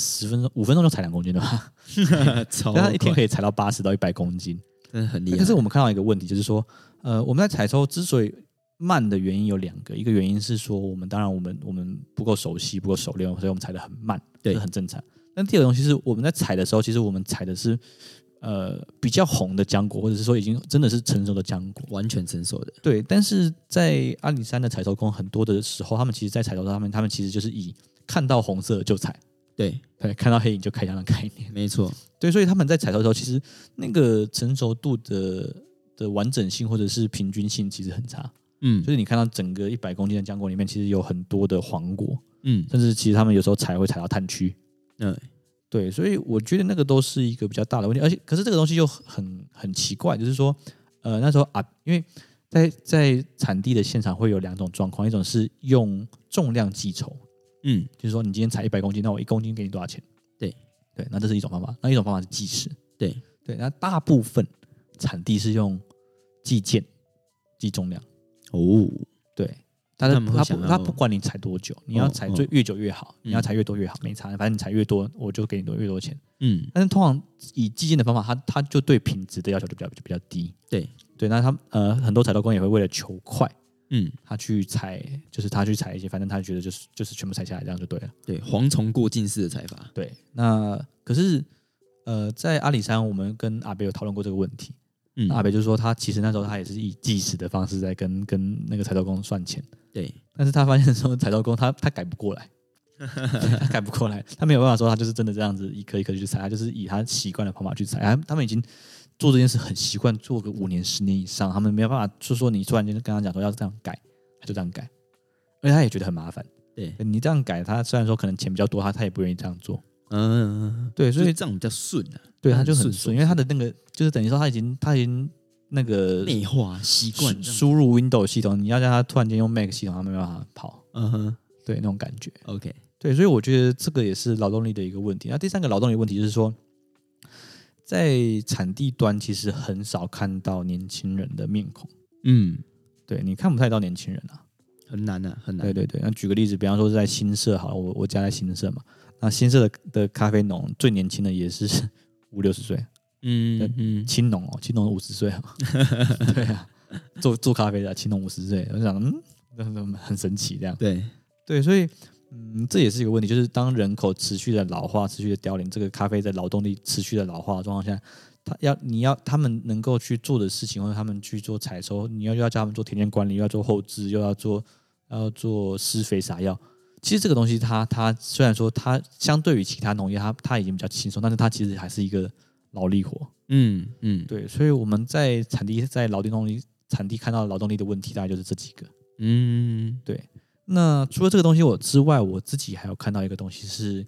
5分钟就采2公斤的吧， 超但他一天可以采到80到100公斤， 真的很厉害。 可是我们看到一个问题，就是说，我们在采收之所以慢的原因有2个，一个原因是说我们不够熟悉，不够熟练，所以我们采得很慢，这很正常。但第二个东西是我们在采的时候，其实我们采的是比较红的浆果，或者是说已经真的是成熟的浆果， 完全成熟的。 对，但是在阿里山的采收工很多的时候，他们其实在采收上面，他们其实就是以看到红色就采，对，看到黑影就开枪的概念， 没错。 对，所以他们在采收的时候，其实那个成熟度的完整性或者是平均性其实很差。就是你看到整个100公斤的浆果里面，其实有很多的黄果，甚至其实他们有时候会采到炭区。对，所以我觉得那个都是一个比较大的问题，而且可是这个东西又很奇怪，就是说，那时候因为在产地的现场会有2种状况，一种是用重量计酬，就是说你今天采100公斤，那我1公斤给你多少钱？对，那这是一种方法，那一种方法是计时，对，那大部分产地是用计件计重量，对。他不管你采多久，你要采越久越好，你要采越多越好，没差，反正你采越多，我就给你越多钱。但是通常以计件的方法，他就对品质的要求就比较低。对，那他很多采购工也会为了求快，他去采一些，反正他觉得就是全部采下来这样就对了。 对，蝗虫过境式的采法。 对，那可是在阿里山，我们跟阿北有讨论过这个问题。阿北就说他其实那时候他也是以计时的方式在跟那个采购工算钱。对，但是他发现说采购工他改不过来，他改不过来，他没有办法说他就是真的这样子一颗一颗去采，他就是以他习惯的方法去采。他们已经做这件事很习惯，做个5年10年以上，他们没有办法说你突然间跟他讲说要这样改，他就这样改，而且他也觉得很麻烦。对，你这样改，他虽然说可能钱比较多，他也不愿意这样做。对，所以这样比较顺啊。 对，他就很顺，因为他的那个就是等于说他已经那个内化习惯， 输入 Windows 系统，你要叫他突然间用 Mac 系统，他没办法跑。对，那种感觉。OK， 对，所以我觉得这个也是劳动力的一个问题。那第3个劳动力问题就是说，在产地端其实很少看到年轻人的面孔。对，你看不太到年轻人啊， 很难啊，很难。 对。那举个例子，比方说在新社好了，我家在新社嘛，那新社的咖啡农最年轻的也是50-60岁。青农青农50岁啊，对啊，做咖啡的青农50岁，我想很神奇这样。对，所以这也是一个问题，就是当人口持续的老化、持续的凋零，这个咖啡的劳动力持续的老化的状况下，他们能够去做的事情，或者他们去做采收，你又要叫他们做田间管理，又要做后置，又要做施肥撒药。其实这个东西它虽然说它相对于其他农业它已经比较轻松，但是它其实还是一个劳力活。对，所以我们在产地看到的劳动力的问题，大概就是这几个。对。那除了这个东西之外，我自己还有看到一个东西是，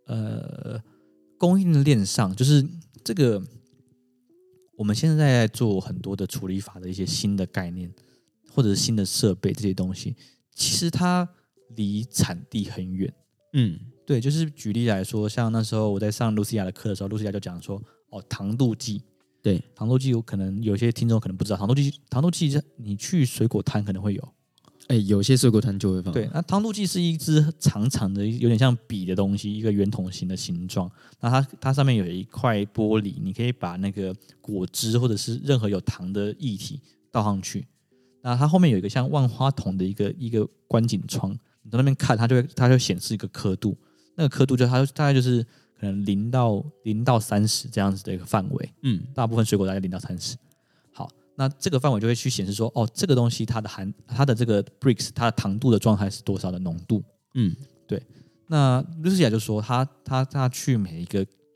供应链上，就是这个我们现在在做很多的处理法的一些新的概念，或者是新的设备这些东西，其实它离产地很远。对，就是举例来说，像那时候我在上露西亚的课的时候，露西亚就讲说，糖度计。对，糖度计可能有些听众可能不知道，糖度计你去水果摊可能会有。 有些水果摊就会放。 对，那糖度计是一支长长的，有点像笔的东西，一个圆筒形的形状。那它上面有一块玻璃，你可以把那个果汁或者是任何有糖的液体倒上去。那它后面有一个像万花筒的一个观景窗，你在那边看，它就显示一个刻度。那个刻度它大概就是可能0到30这样子的一个范围。大部分水果大概0到30。好。那这个范围就会去显示说，这个东西它的这个 Brix 它的糖度的状态是多少的浓度。对。那露西亚就说他去每一个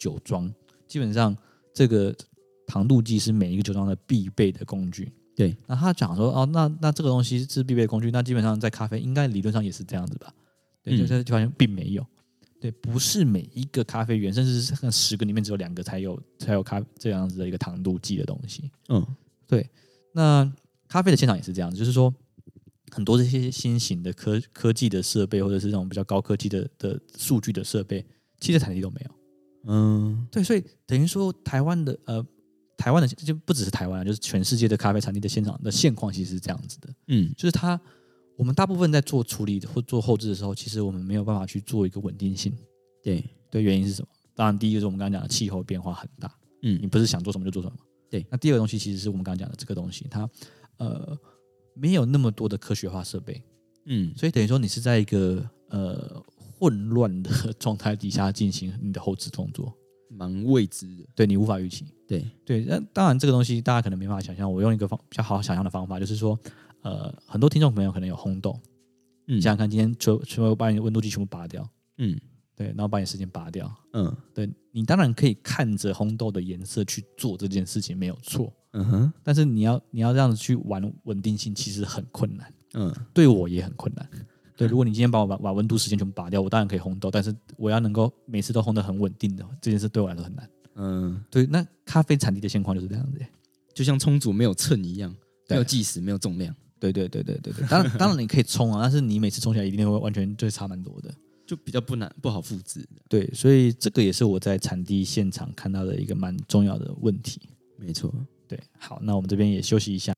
酒庄，基本上这个糖度计是每一个酒庄的必备的工具。 对， 那他讲说哦，那这个东西是必备的工具，那基本上在咖啡应该理论上也是这样子吧？对，就发现并没有。对，不是每一个咖啡园，甚至是10个里面只有2个才有这样子的一个糖度计的东西。对。那咖啡的现场也是这样子，就是说很多这些新型的科技的设备，或者是这种比较高科技的数据的设备，其实产地都没有。对，所以等于说台湾的就不只是台湾，就是全世界的咖啡产地的现场的现况其实是这样子的。就是我们大部分在做处理或做后置的时候，其实我们没有办法去做一个稳定性。 对， 原因是什么？当然，第一个是我们刚刚讲的气候变化很大。你不是想做什么就做什么。 对， 那第二个东西其实是我们刚刚讲的这个东西，它没有那么多的科学化设备。所以等于说你是在一个混乱的状态底下进行你的后置动作， 蛮未知的。 对，你无法预期。 对， 那当然这个东西大家可能没办法想象。我用一个比较好想象的方法，就是说，很多听众朋友可能有烘豆，想想看，今天全部把你的温度计全部拔掉，对，然后把你时间拔掉，对，你当然可以看着烘豆的颜色去做这件事情，没有错，但是你要这样子去玩稳定性，其实很困难，对我也很困难。对，如果你今天把温度时间全部拔掉，我当然可以烘豆，但是我要能够每次都烘得很稳定的这件事，对我来说很难。对，那咖啡产地的现况就是这样子， 就像冲煮没有秤一样，没有计时，没有重量。 对，当然你可以冲啊，但是你每次冲起来一定会完全就差蛮多的， 就比较不好复制。 对，所以这个也是我在产地现场看到的一个蛮重要的问题。 没错， 对，好，那我们这边也休息一下。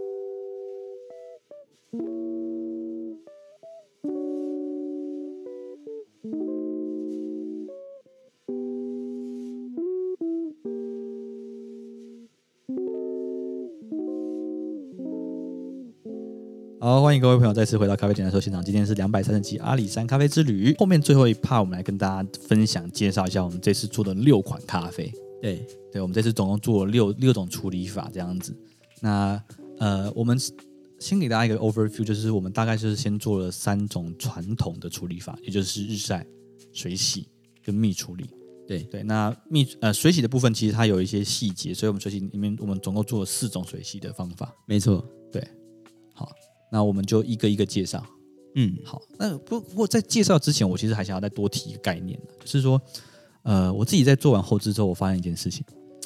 好，欢迎各位朋友再次回到咖啡简单说现场。今天是230集阿里山咖啡之旅，后面最后一 part 我们来跟大家分享介绍一下我们这次做的6款咖啡。对，我们这次总共做了六种处理法这样子。那我们先给大家一个 overview， 就是我们大概就是先做了3种传统的处理法，也就是日晒、水洗跟蜜处理。对，那水洗的部分其实它有一些细节，所以我们水洗里面我们总共做了4种水洗的方法。 没错， 对，好，那我们就一个一个介绍。好，那不过在介绍之前，我其实还想要再多提一个概念，就是说，我自己在做完后置之后，我发现一件事情，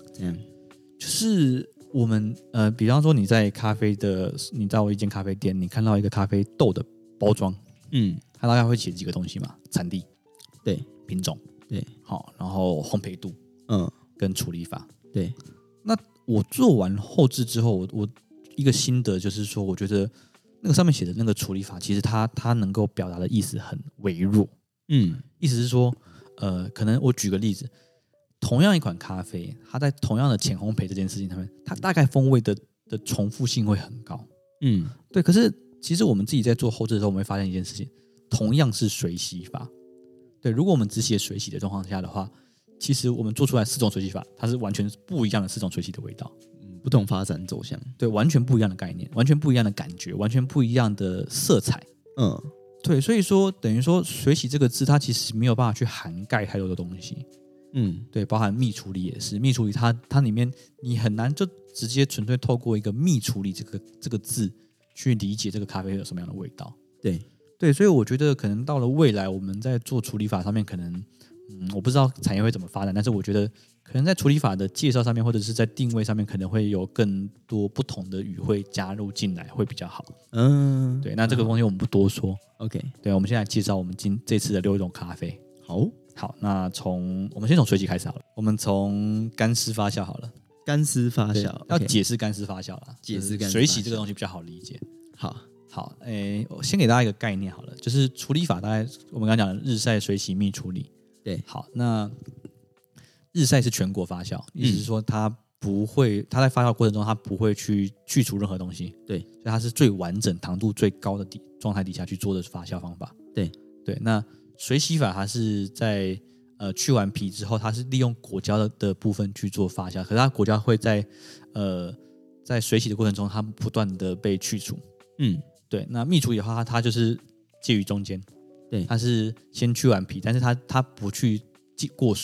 就是我们比方说你在你到一间咖啡店，你看到一个咖啡豆的包装，它大概会写几个东西嘛？产地， 对， 品种， 对， 好，然后烘焙度，跟处理法， 对。 那我做完后置之后，我一个心得就是说，我觉得那个上面写的那个处理法，其实它能够表达的意思很微弱。意思是说，可能我举个例子，同样一款咖啡，它在同样的浅烘焙这件事情上面，它大概风味的重复性会很高。对。可是其实我们自己在做后置的时候，我们会发现一件事情，同样是水洗法，对，如果我们只写水洗的状况下的话，其实我们做出来4种水洗法，它是完全不一样的4种水洗的味道。 不同发展走向， 对，完全不一样的概念，完全不一样的感觉，完全不一样的色彩。对，所以说等于说水洗这个字，它其实没有办法去涵盖太多的东西。对，包含蜜处理也是，蜜处理它里面你很难就直接纯粹透过一个蜜处理这个字去理解这个咖啡有什么样的味道。对，所以我觉得可能到了未来，我们在做处理法上面，可能我不知道产业会怎么发展，但是我觉得可能在处理法的介绍上面，或者是在定位上面，可能会有更多不同的语汇加入进来，会比较好。对，那这个东西我们不多说。 OK， 对，我们现在介绍我们这次的6种咖啡。好，那我们先从水洗开始好了，我们从干湿发酵好了。 干湿发酵要解释干湿发酵啦， 解释干湿发酵， 水洗这个东西比较好理解。 好， 我先给大家一个概念好了，就是处理法大概我们刚刚讲的日晒、水洗、蜜处理。 对， 好，那日晒是全国发酵，意思是说它在发酵过程中它不会去除任何东西。 对， 所以它是最完整、糖度最高的状态底下去做的发酵方法。 对， 那水洗法它是在去完皮之后，它是利用果胶的部分去做发酵，可是它果胶会在水洗的过程中，它不断的被去除。对。那蜜处理的话，它就是介于中间。 对， 它是先去完皮，但是它不去过水。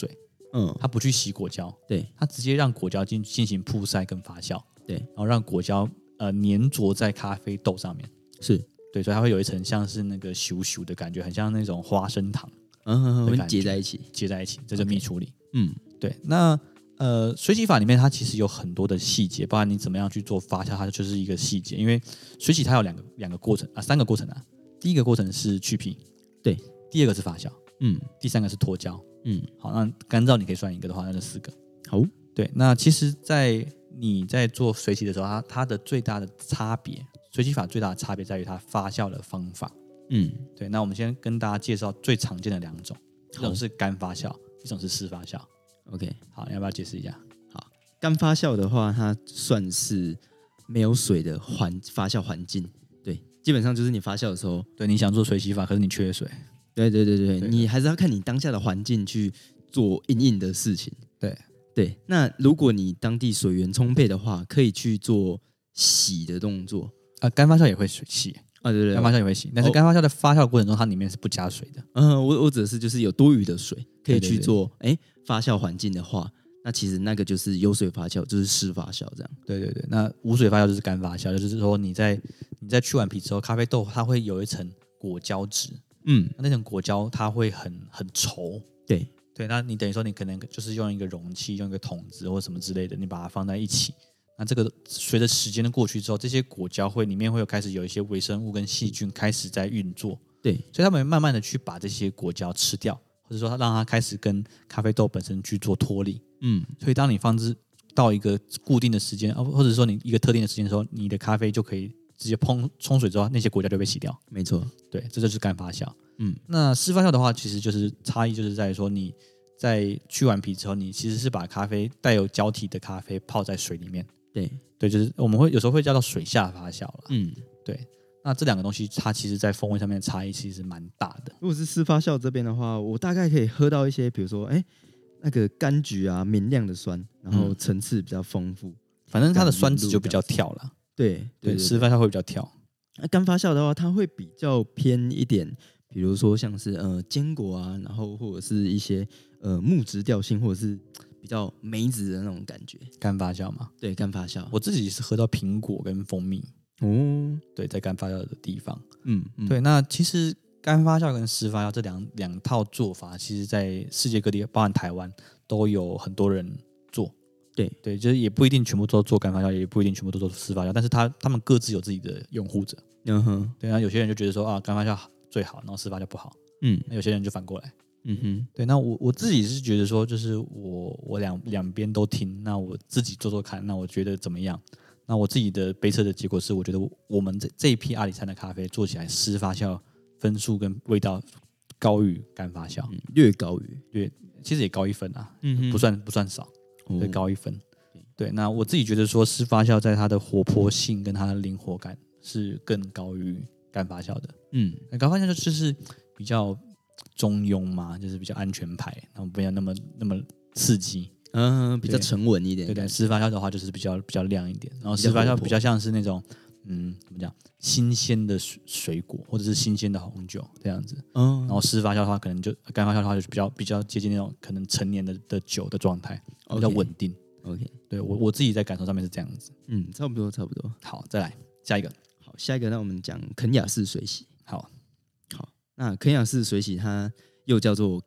它不去洗果胶， 对， 它直接让果胶进行曝晒跟发酵， 对， 然后让果胶粘着在咖啡豆上面， 是对，所以它会有一层像是那个咻咻的感觉，很像那种花生糖， 会结在一起， 这就蜜处理，对，那水洗法里面它其实有很多的细节，包含你怎么样去做发酵，它就是一个细节。因为水洗它有两个过程啊，3个过程啊。第一个过程是去皮， 对； 第二个是发酵，第3个是脱胶，好，那干燥你可以算一个的话，那就4个。 好， 对。那其实，在你在做水洗的时候，它的最大的差别，水洗法最大的差别在于它发酵的方法。对。那我们先跟大家介绍最常见的2种，一种是干发酵，一种是湿发酵。 OK， 好，你要不要解释一下？ 好，干发酵的话，它算是没有水的发酵环境，对，基本上就是你发酵的时候， 对，你想做水洗法，可是你缺水， 对，你还是要看你当下的环境去做因应的事情，对。那如果你当地水源充沛的话，可以去做洗的动作干发酵也会洗啊，对， 干发酵也会洗，但是干发酵的发酵过程中，它里面是不加水的。 我指的是就是有多余的水可以去做，发酵环境的话，那其实那个就是有水发酵，就是湿发酵这样。 对，那无水发酵就是干发酵，就是说你在去完皮之后，咖啡豆它会有一层果胶质，那层果胶它会很稠，对，那你等于说你可能就是用一个容器，用一个桶子或什么之类的，你把它放在一起。那这个随着时间的过去之后，这些果胶里面会开始有一些微生物跟细菌开始在运作， 对， 所以他们慢慢的去把这些果胶吃掉，或者说让它开始跟咖啡豆本身去做脱离，所以当你放置到一个固定的时间，或者说你一个特定的时间的时候，你的咖啡就可以直接冲水之后，那些果胶就被洗掉， 没错， 对，这就是干发酵。那湿发酵的话，其实就是差异就是在于说你在去完皮之后，你其实是把咖啡带有胶体的咖啡泡在水里面。对，就是我们会有时候会叫做水下发酵了。对。那这2个东西，它其实在风味上面的差异其实蛮大的。 如果是湿发酵这边的话，我大概可以喝到一些，比如说，那个柑橘啊，明亮的酸，然后层次比较丰富。 反正它的酸质就比较跳了。 对， 湿发酵会比较跳。 那干发酵的话，它会比较偏一点，比如说像是坚果啊，然后或者是一些木质调性，或者是比较梅子的那种感觉。 干发酵嘛？ 对，干发酵。 我自己是喝到苹果跟蜂蜜。对，在干发酵的地方。对。那其实干发酵跟湿发酵这两套做法，其实在世界各地，包含台湾，都有很多人做。对，就是也不一定全部都做干发酵，也不一定全部都做湿发酵，但是他们各自有自己的拥护者。对，那有些人就觉得说干发酵最好，然后湿发酵不好。那有些人就反过来。对，那我自己是觉得说，就是我两边都听，那我自己做做看，那我觉得怎么样？那我自己的杯测的结果是，我觉得我们这一批阿里山的咖啡做起来湿发酵分数跟味道高于干发酵， 略高于， 其实也高1分啊，不算少，对，高1分。对，那我自己觉得说湿发酵在它的活泼性跟它的灵活感是更高于干发酵的。干发酵就是比较中庸嘛，就是比较安全牌，然后不要那么刺激。 比较沉稳一点。 对，湿发酵的话就是比较亮一点，然后湿发酵比较像是那种怎么讲，新鲜的水果或者是新鲜的红酒这样子。然后湿发酵的话，可能就干发酵的话，就比较接近那种可能陈年的酒的状态，比较稳定。 OK， 对，我自己在感受上面是这样子。 差不多。 好，再来下一个。 好，下一个，那我们讲肯雅式水洗。 好， 那肯雅式水洗它又叫做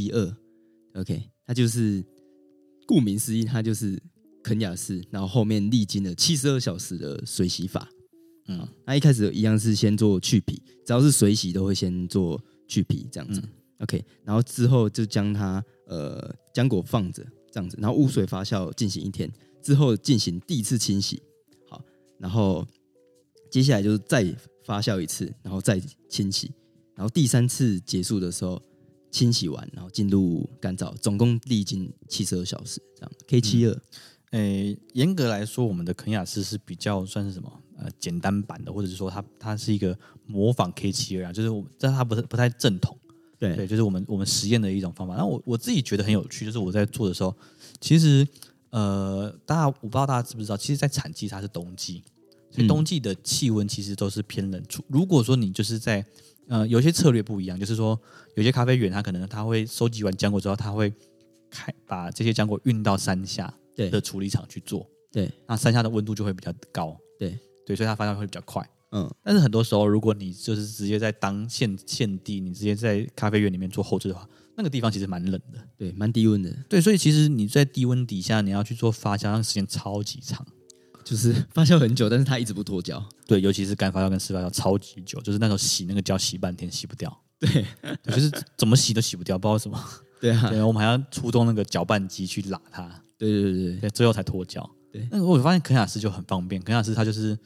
K72。OK， 它就是顾名思义，它就是肯雅式，然后后面历经了72小时的水洗法。那一开始一样是先做去皮，只要是水洗都会先做去皮这样子。OK， 然后之后就将它浆果放着这样子，然后污水发酵进行1天之后进行第1次清洗。好，然后接下来就是再发酵1次，然后再清洗，然后第3次结束的时候清洗完，然后进入干燥，总共历经72小时这样。K72， 严格来说，我们的肯雅式是比较算是什么简单版的，或者是说它是一个模仿 K72，就是但它不太正统。对，就是我们实验的一种方法。然后我自己觉得很有趣，就是我在做的时候，其实我不知道大家知不知道，其实，在产季它是冬季，所以冬季的气温其实都是偏冷。如果说你就是在有些策略不一样，就是说有些咖啡园它可能它会收集完浆果之后，它会把这些浆果运到山下的处理厂去做。 对， 那山下的温度就会比较高。对，所以它发酵会比较快。但是很多时候，如果你就是直接在当现地，你直接在咖啡园里面做后置的话，那个地方其实蛮冷的， 对，蛮低温的。 对，所以其实你在低温底下，你要去做发酵，那个时间超级长， 就是发酵很久，但是它一直不脱胶。 对，尤其是干发酵跟湿发酵超级久，就是那时候洗那个胶洗半天洗不掉。 对， 就是怎么洗都洗不掉，不知道为什么。 对啊， 对，我们还要出动那个搅拌机去拉它。 对， 最后才脱胶。 对， 那我发现肯亚斯就很方便，肯亚斯它就是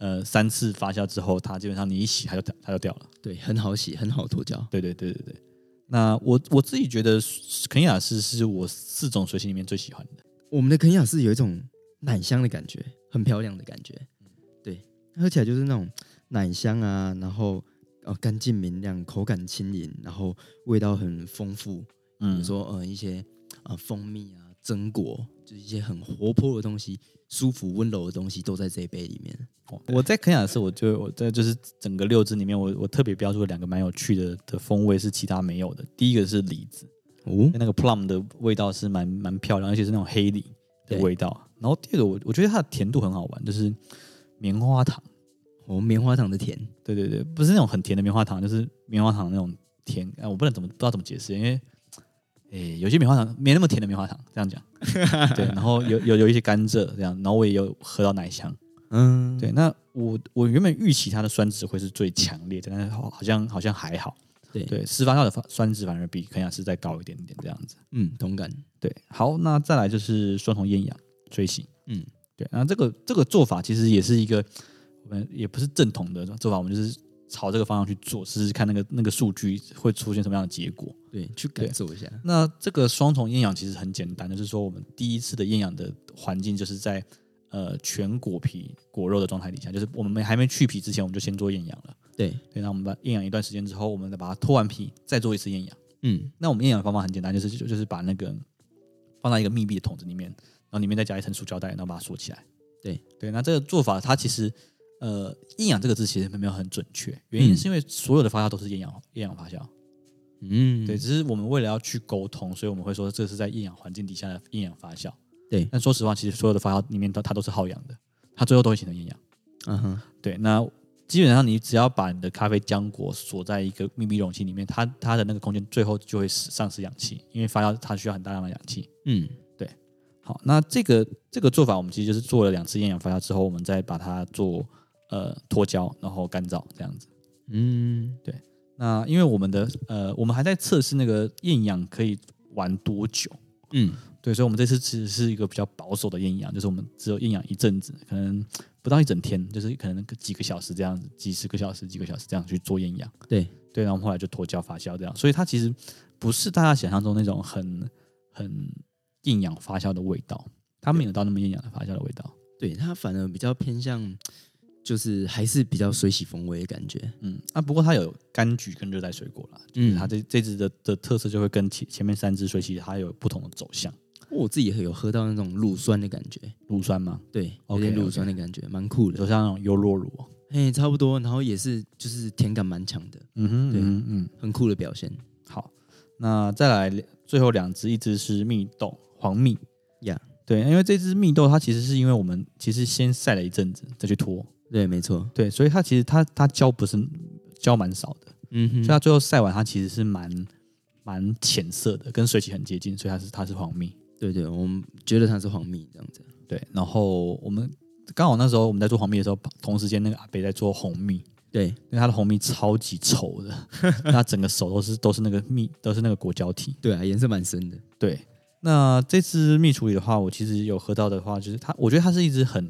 3次发酵之后，它基本上你一洗它就掉了。 对，很好洗，很好脱胶。 对。那我自己觉得肯亚斯是我4种水洗里面最喜欢的。 我们的肯亚斯有一种奶香的感觉，很漂亮的感觉。对，喝起来就是那种奶香啊，然后干净明亮，口感轻盈，然后味道很丰富。比如说一些蜂蜜啊、榛果，就是一些很活泼的东西，舒服温柔的东西都在这一杯里面。 我在肯亚斯，我在就是整个6支里面，我特别标注了2个蛮有趣的风味是其他没有的。第一个是李子，那个 plum 的味道是蛮漂亮，而且是那种黑梨的味道。然后第二个我觉得它的甜度很好玩，就是棉花糖。 棉花糖的甜。 对，不是那种很甜的棉花糖，就是棉花糖那种甜。我不知道怎么解释，因为有些棉花糖没那么甜的棉花糖，这样讲。对，然后有一些甘蔗这样，然后我也有喝到奶香。对，那我原本预期它的酸质会是最强烈的，但是好像还好。对，湿发酵的酸质反而比肯亚斯再高一点点这样子。 同感。 对，好，那再来就是双重厌氧吹洗。对，那这个做法其实也是一个我们也不是正统的做法，我们就是朝这个方向去做，试试看那个数据会出现什么样的结果。 对，去感受一下。 那这个双重厌氧其实很简单，就是说我们第一次的厌氧的环境就是在全果皮果肉的状态底下，就是我们还没去皮之前，我们就先做厌氧了。对，那我们把厌氧一段时间之后，我们再把它脱完皮，再做一次厌氧。那我们厌氧的方法很简单，就是把那个放在一个密闭的桶子里面，然后里面再加一层塑胶袋，然后把它锁起来。对，那这个做法它其实厌氧这个字其实没有很准确，原因是因为所有的发酵都是厌氧发酵。对，只是我们为了要去沟通，所以我们会说这是在厌氧环境底下的厌氧发酵。 对， 但说实话，其实所有的发酵里面它都是耗氧的，它最后都会形成厌氧。对，那基本上你只要把你的咖啡浆果锁在一个密闭容器里面，它的那个空间最后就会丧失氧气，因为发酵它需要很大量的氧气。对。好，那这个做法，我们其实就是做了2次厌氧发酵之后，我们再把它做脱胶，然后干燥这样子。对。那因为我们还在测试那个厌氧可以玩多久。对，所以我们这次其实是一个比较保守的厌氧，就是我们只有厌氧一阵子，可能不到1整天，就是可能几个小时这样子，几十个小时、几个小时这样去做厌氧。对，然后我们后来就脱胶发酵这样，所以它其实不是大家想象中那种很厌氧发酵的味道，它没有到那么厌氧的发酵的味道。 对，它反而比较偏向，就是还是比较水洗风味的感觉。 不过它有柑橘跟热带水果啦，就是它这支的特色就会跟前面3支水洗它有不同的走向。 我自己也有喝到那种乳酸的感觉。 乳酸吗？ 对，有点乳酸的感觉，蛮酷的， 就像那种优酪乳。 差不多，然后也是就是甜感蛮强的。很酷的表现。 好，那再来最后2支，一支是蜜豆黄蜜。对，因为这支蜜豆它其实是因为我们其实先晒了一阵子再去脱。 对，没错。 对，所以它其实它胶不是胶蛮少的。所以它最后晒完它其实是蛮浅色的，跟水洗很接近，所以它是黄蜜。 对，我们觉得它是黄蜜这样子。 对，然后我们刚好那时候我们在做黄蜜的时候，同时间那个阿伯在做红蜜。对，因为他的红蜜超级稠的，他整个手都是那个蜜，都是那个果胶体。 对啊，颜色蛮深的。 对，那这支蜜处理的话，我其实有喝到的话，就是我觉得它是一支很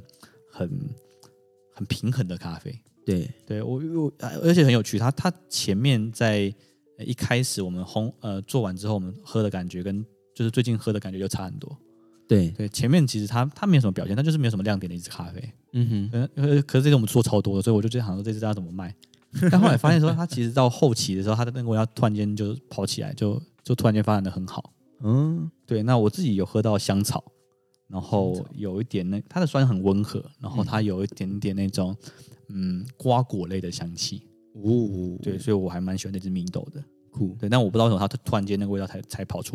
平衡的咖啡。对，我而且很有趣，它前面在一开始我们做完之后，我们喝的感觉跟就是最近喝的感觉就差很多。对，前面其实它没有什么表现，它就是没有什么亮点的一支咖啡。可是这支我们做超多的，所以我就想说这支要怎么卖。但后来发现说，它其实到后期的时候，它的那个味道突然间就跑起来，就突然间发展的很好。对，那我自己有喝到香草，然后有一点它的酸很温和，然后它有一点点那种瓜果类的香气。对，所以我还蛮喜欢这支蜜豆的。酷。对，但我不知道为什么它突然间那个味道才跑出来。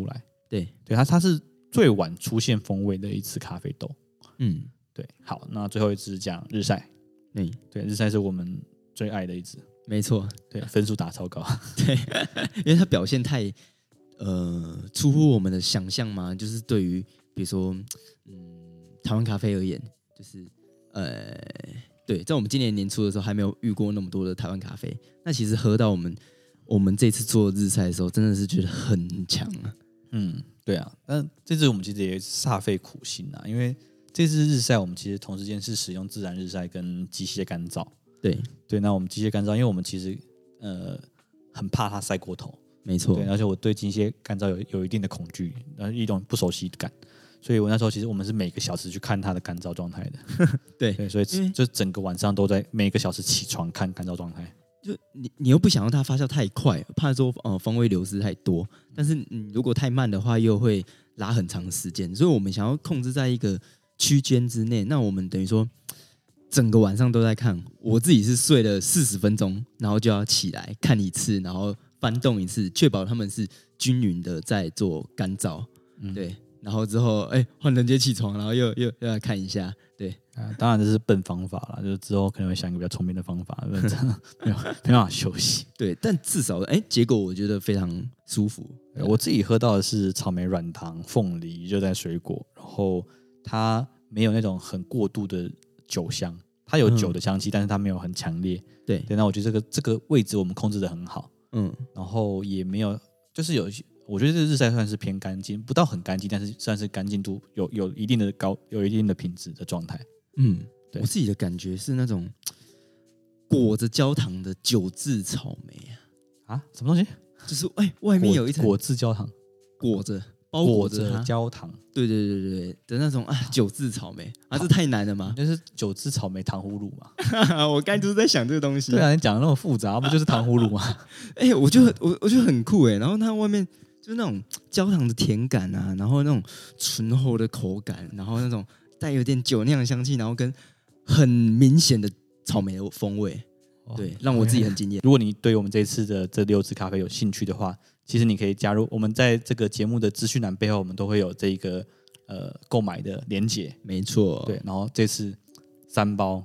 对， 它是最晚出现风味的一次咖啡豆。 嗯， 对。好，那最后一支讲日晒。对，日晒是我们最爱的一支。 没错， 对，分数打超高。 对，因为它表现太出乎我们的想象嘛，就是对于比如说台湾咖啡而言，就是对，在我们今年年初的时候还没有遇过那么多的台湾咖啡，那其实喝到我们这次做日晒的时候，真的是觉得很强啊。 对啊，但这次我们其实也煞费苦心啊，因为这次日晒我们其实同时间是使用自然日晒跟机械干燥。对，那我们机械干燥，因为我们其实很怕它晒过头， 没错。 对，而且我对机械干燥有一定的恐惧，一种不熟悉感，所以我那时候其实我们是每个小时去看它的干燥状态的。对，所以就整个晚上都在每个小时起床看干燥状态。 就你又不想让它发酵太快，怕说风味流失太多，但是如果太慢的话，又会拉很长时间，所以我们想要控制在一个区间之内。那我们等于说整个晚上都在看，我自己是睡了40分钟，然后就要起来看一次，然后翻动一次，确保他们是均匀的在做干燥。对，然后之后换人接起床，然后又来看一下。对， 当然这是笨方法啦，就是之后可能会想一个比较聪明的方法，没办法休息。 对，但至少结果我觉得非常舒服。 我自己喝到的是草莓软糖、凤梨热带水果，然后它没有那种很过度的酒香，它有酒的香气，但是它没有很强烈。对，那我觉得这个位置我们控制的很好。然后也没有，就是我觉得这日晒算是偏干净，不到很干净，但是算是干净度有一定的有一定的品质的状态。 对，我自己的感觉是那种裹着焦糖的酒渍草莓啊，什么东西？ 就是外面有一层果汁焦糖， 包裹着焦糖， 对的那种酒渍草莓这太难了吗？ 就是酒渍草莓糖葫芦嘛。 我刚才就是在想这个东西。 对啊，你讲的那么复杂，不就是糖葫芦吗？ 我觉得很酷然后它外面就是那种焦糖的甜感啊，然后那种醇厚的口感，然后那种带有点酒酿的香气，然后跟很明显的草莓的风味。对，让我自己很惊艳。 如果你对我们这次的这6支咖啡有兴趣的话，其实你可以加入我们在这个节目的资讯栏背后，我们都会有这个购买的连结。 没错， 对，然后这次3包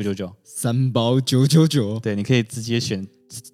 999，3 包999， 对，你可以直接选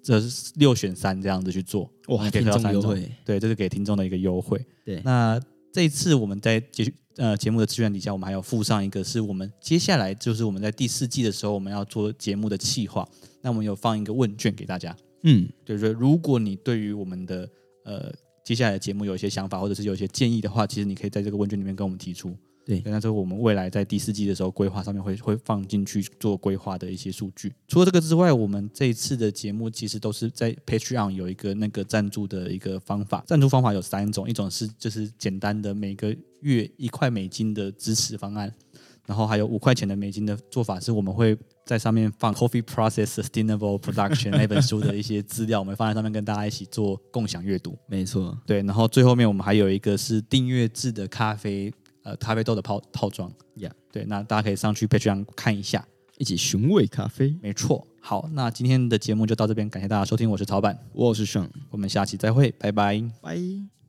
6选3这样子去做， 哇， 可以喝到3 优惠， 对，这是给听众的一个优惠。 对， 那这一次我们在节目的资源底下，我们还有附上一个是我们接下来就是我们在第4季的时候，我们要做节目的企划，那我们有放一个问卷给大家。就是说如果你对于我们的接下来的节目有一些想法，或者是有一些建议的话，其实你可以在这个问卷里面跟我们提出。对，那这是我们未来在第4季的时候规划上面会放进去做规划的一些数据。除了这个之外，我们这一次的节目其实都是在 Patreon 有一个那个赞助的一个方法。赞助方法有3种，一种是就是简单的每个月$1的支持方案，然后还有$5的美金的做法是我们会在上面放 Coffee Process Sustainable Production 那本书的一些资料，我们放在上面跟大家一起做共享阅读。 没错， 对，然后最后面我们还有一个是订阅制的咖啡豆的套装。对，那大家可以上去 Patreon 看一下， 一起寻味咖啡。 没错。好，那今天的节目就到这边，感谢大家收听，我是曹板， 我是Sean， 我们下期再会，拜拜， 拜。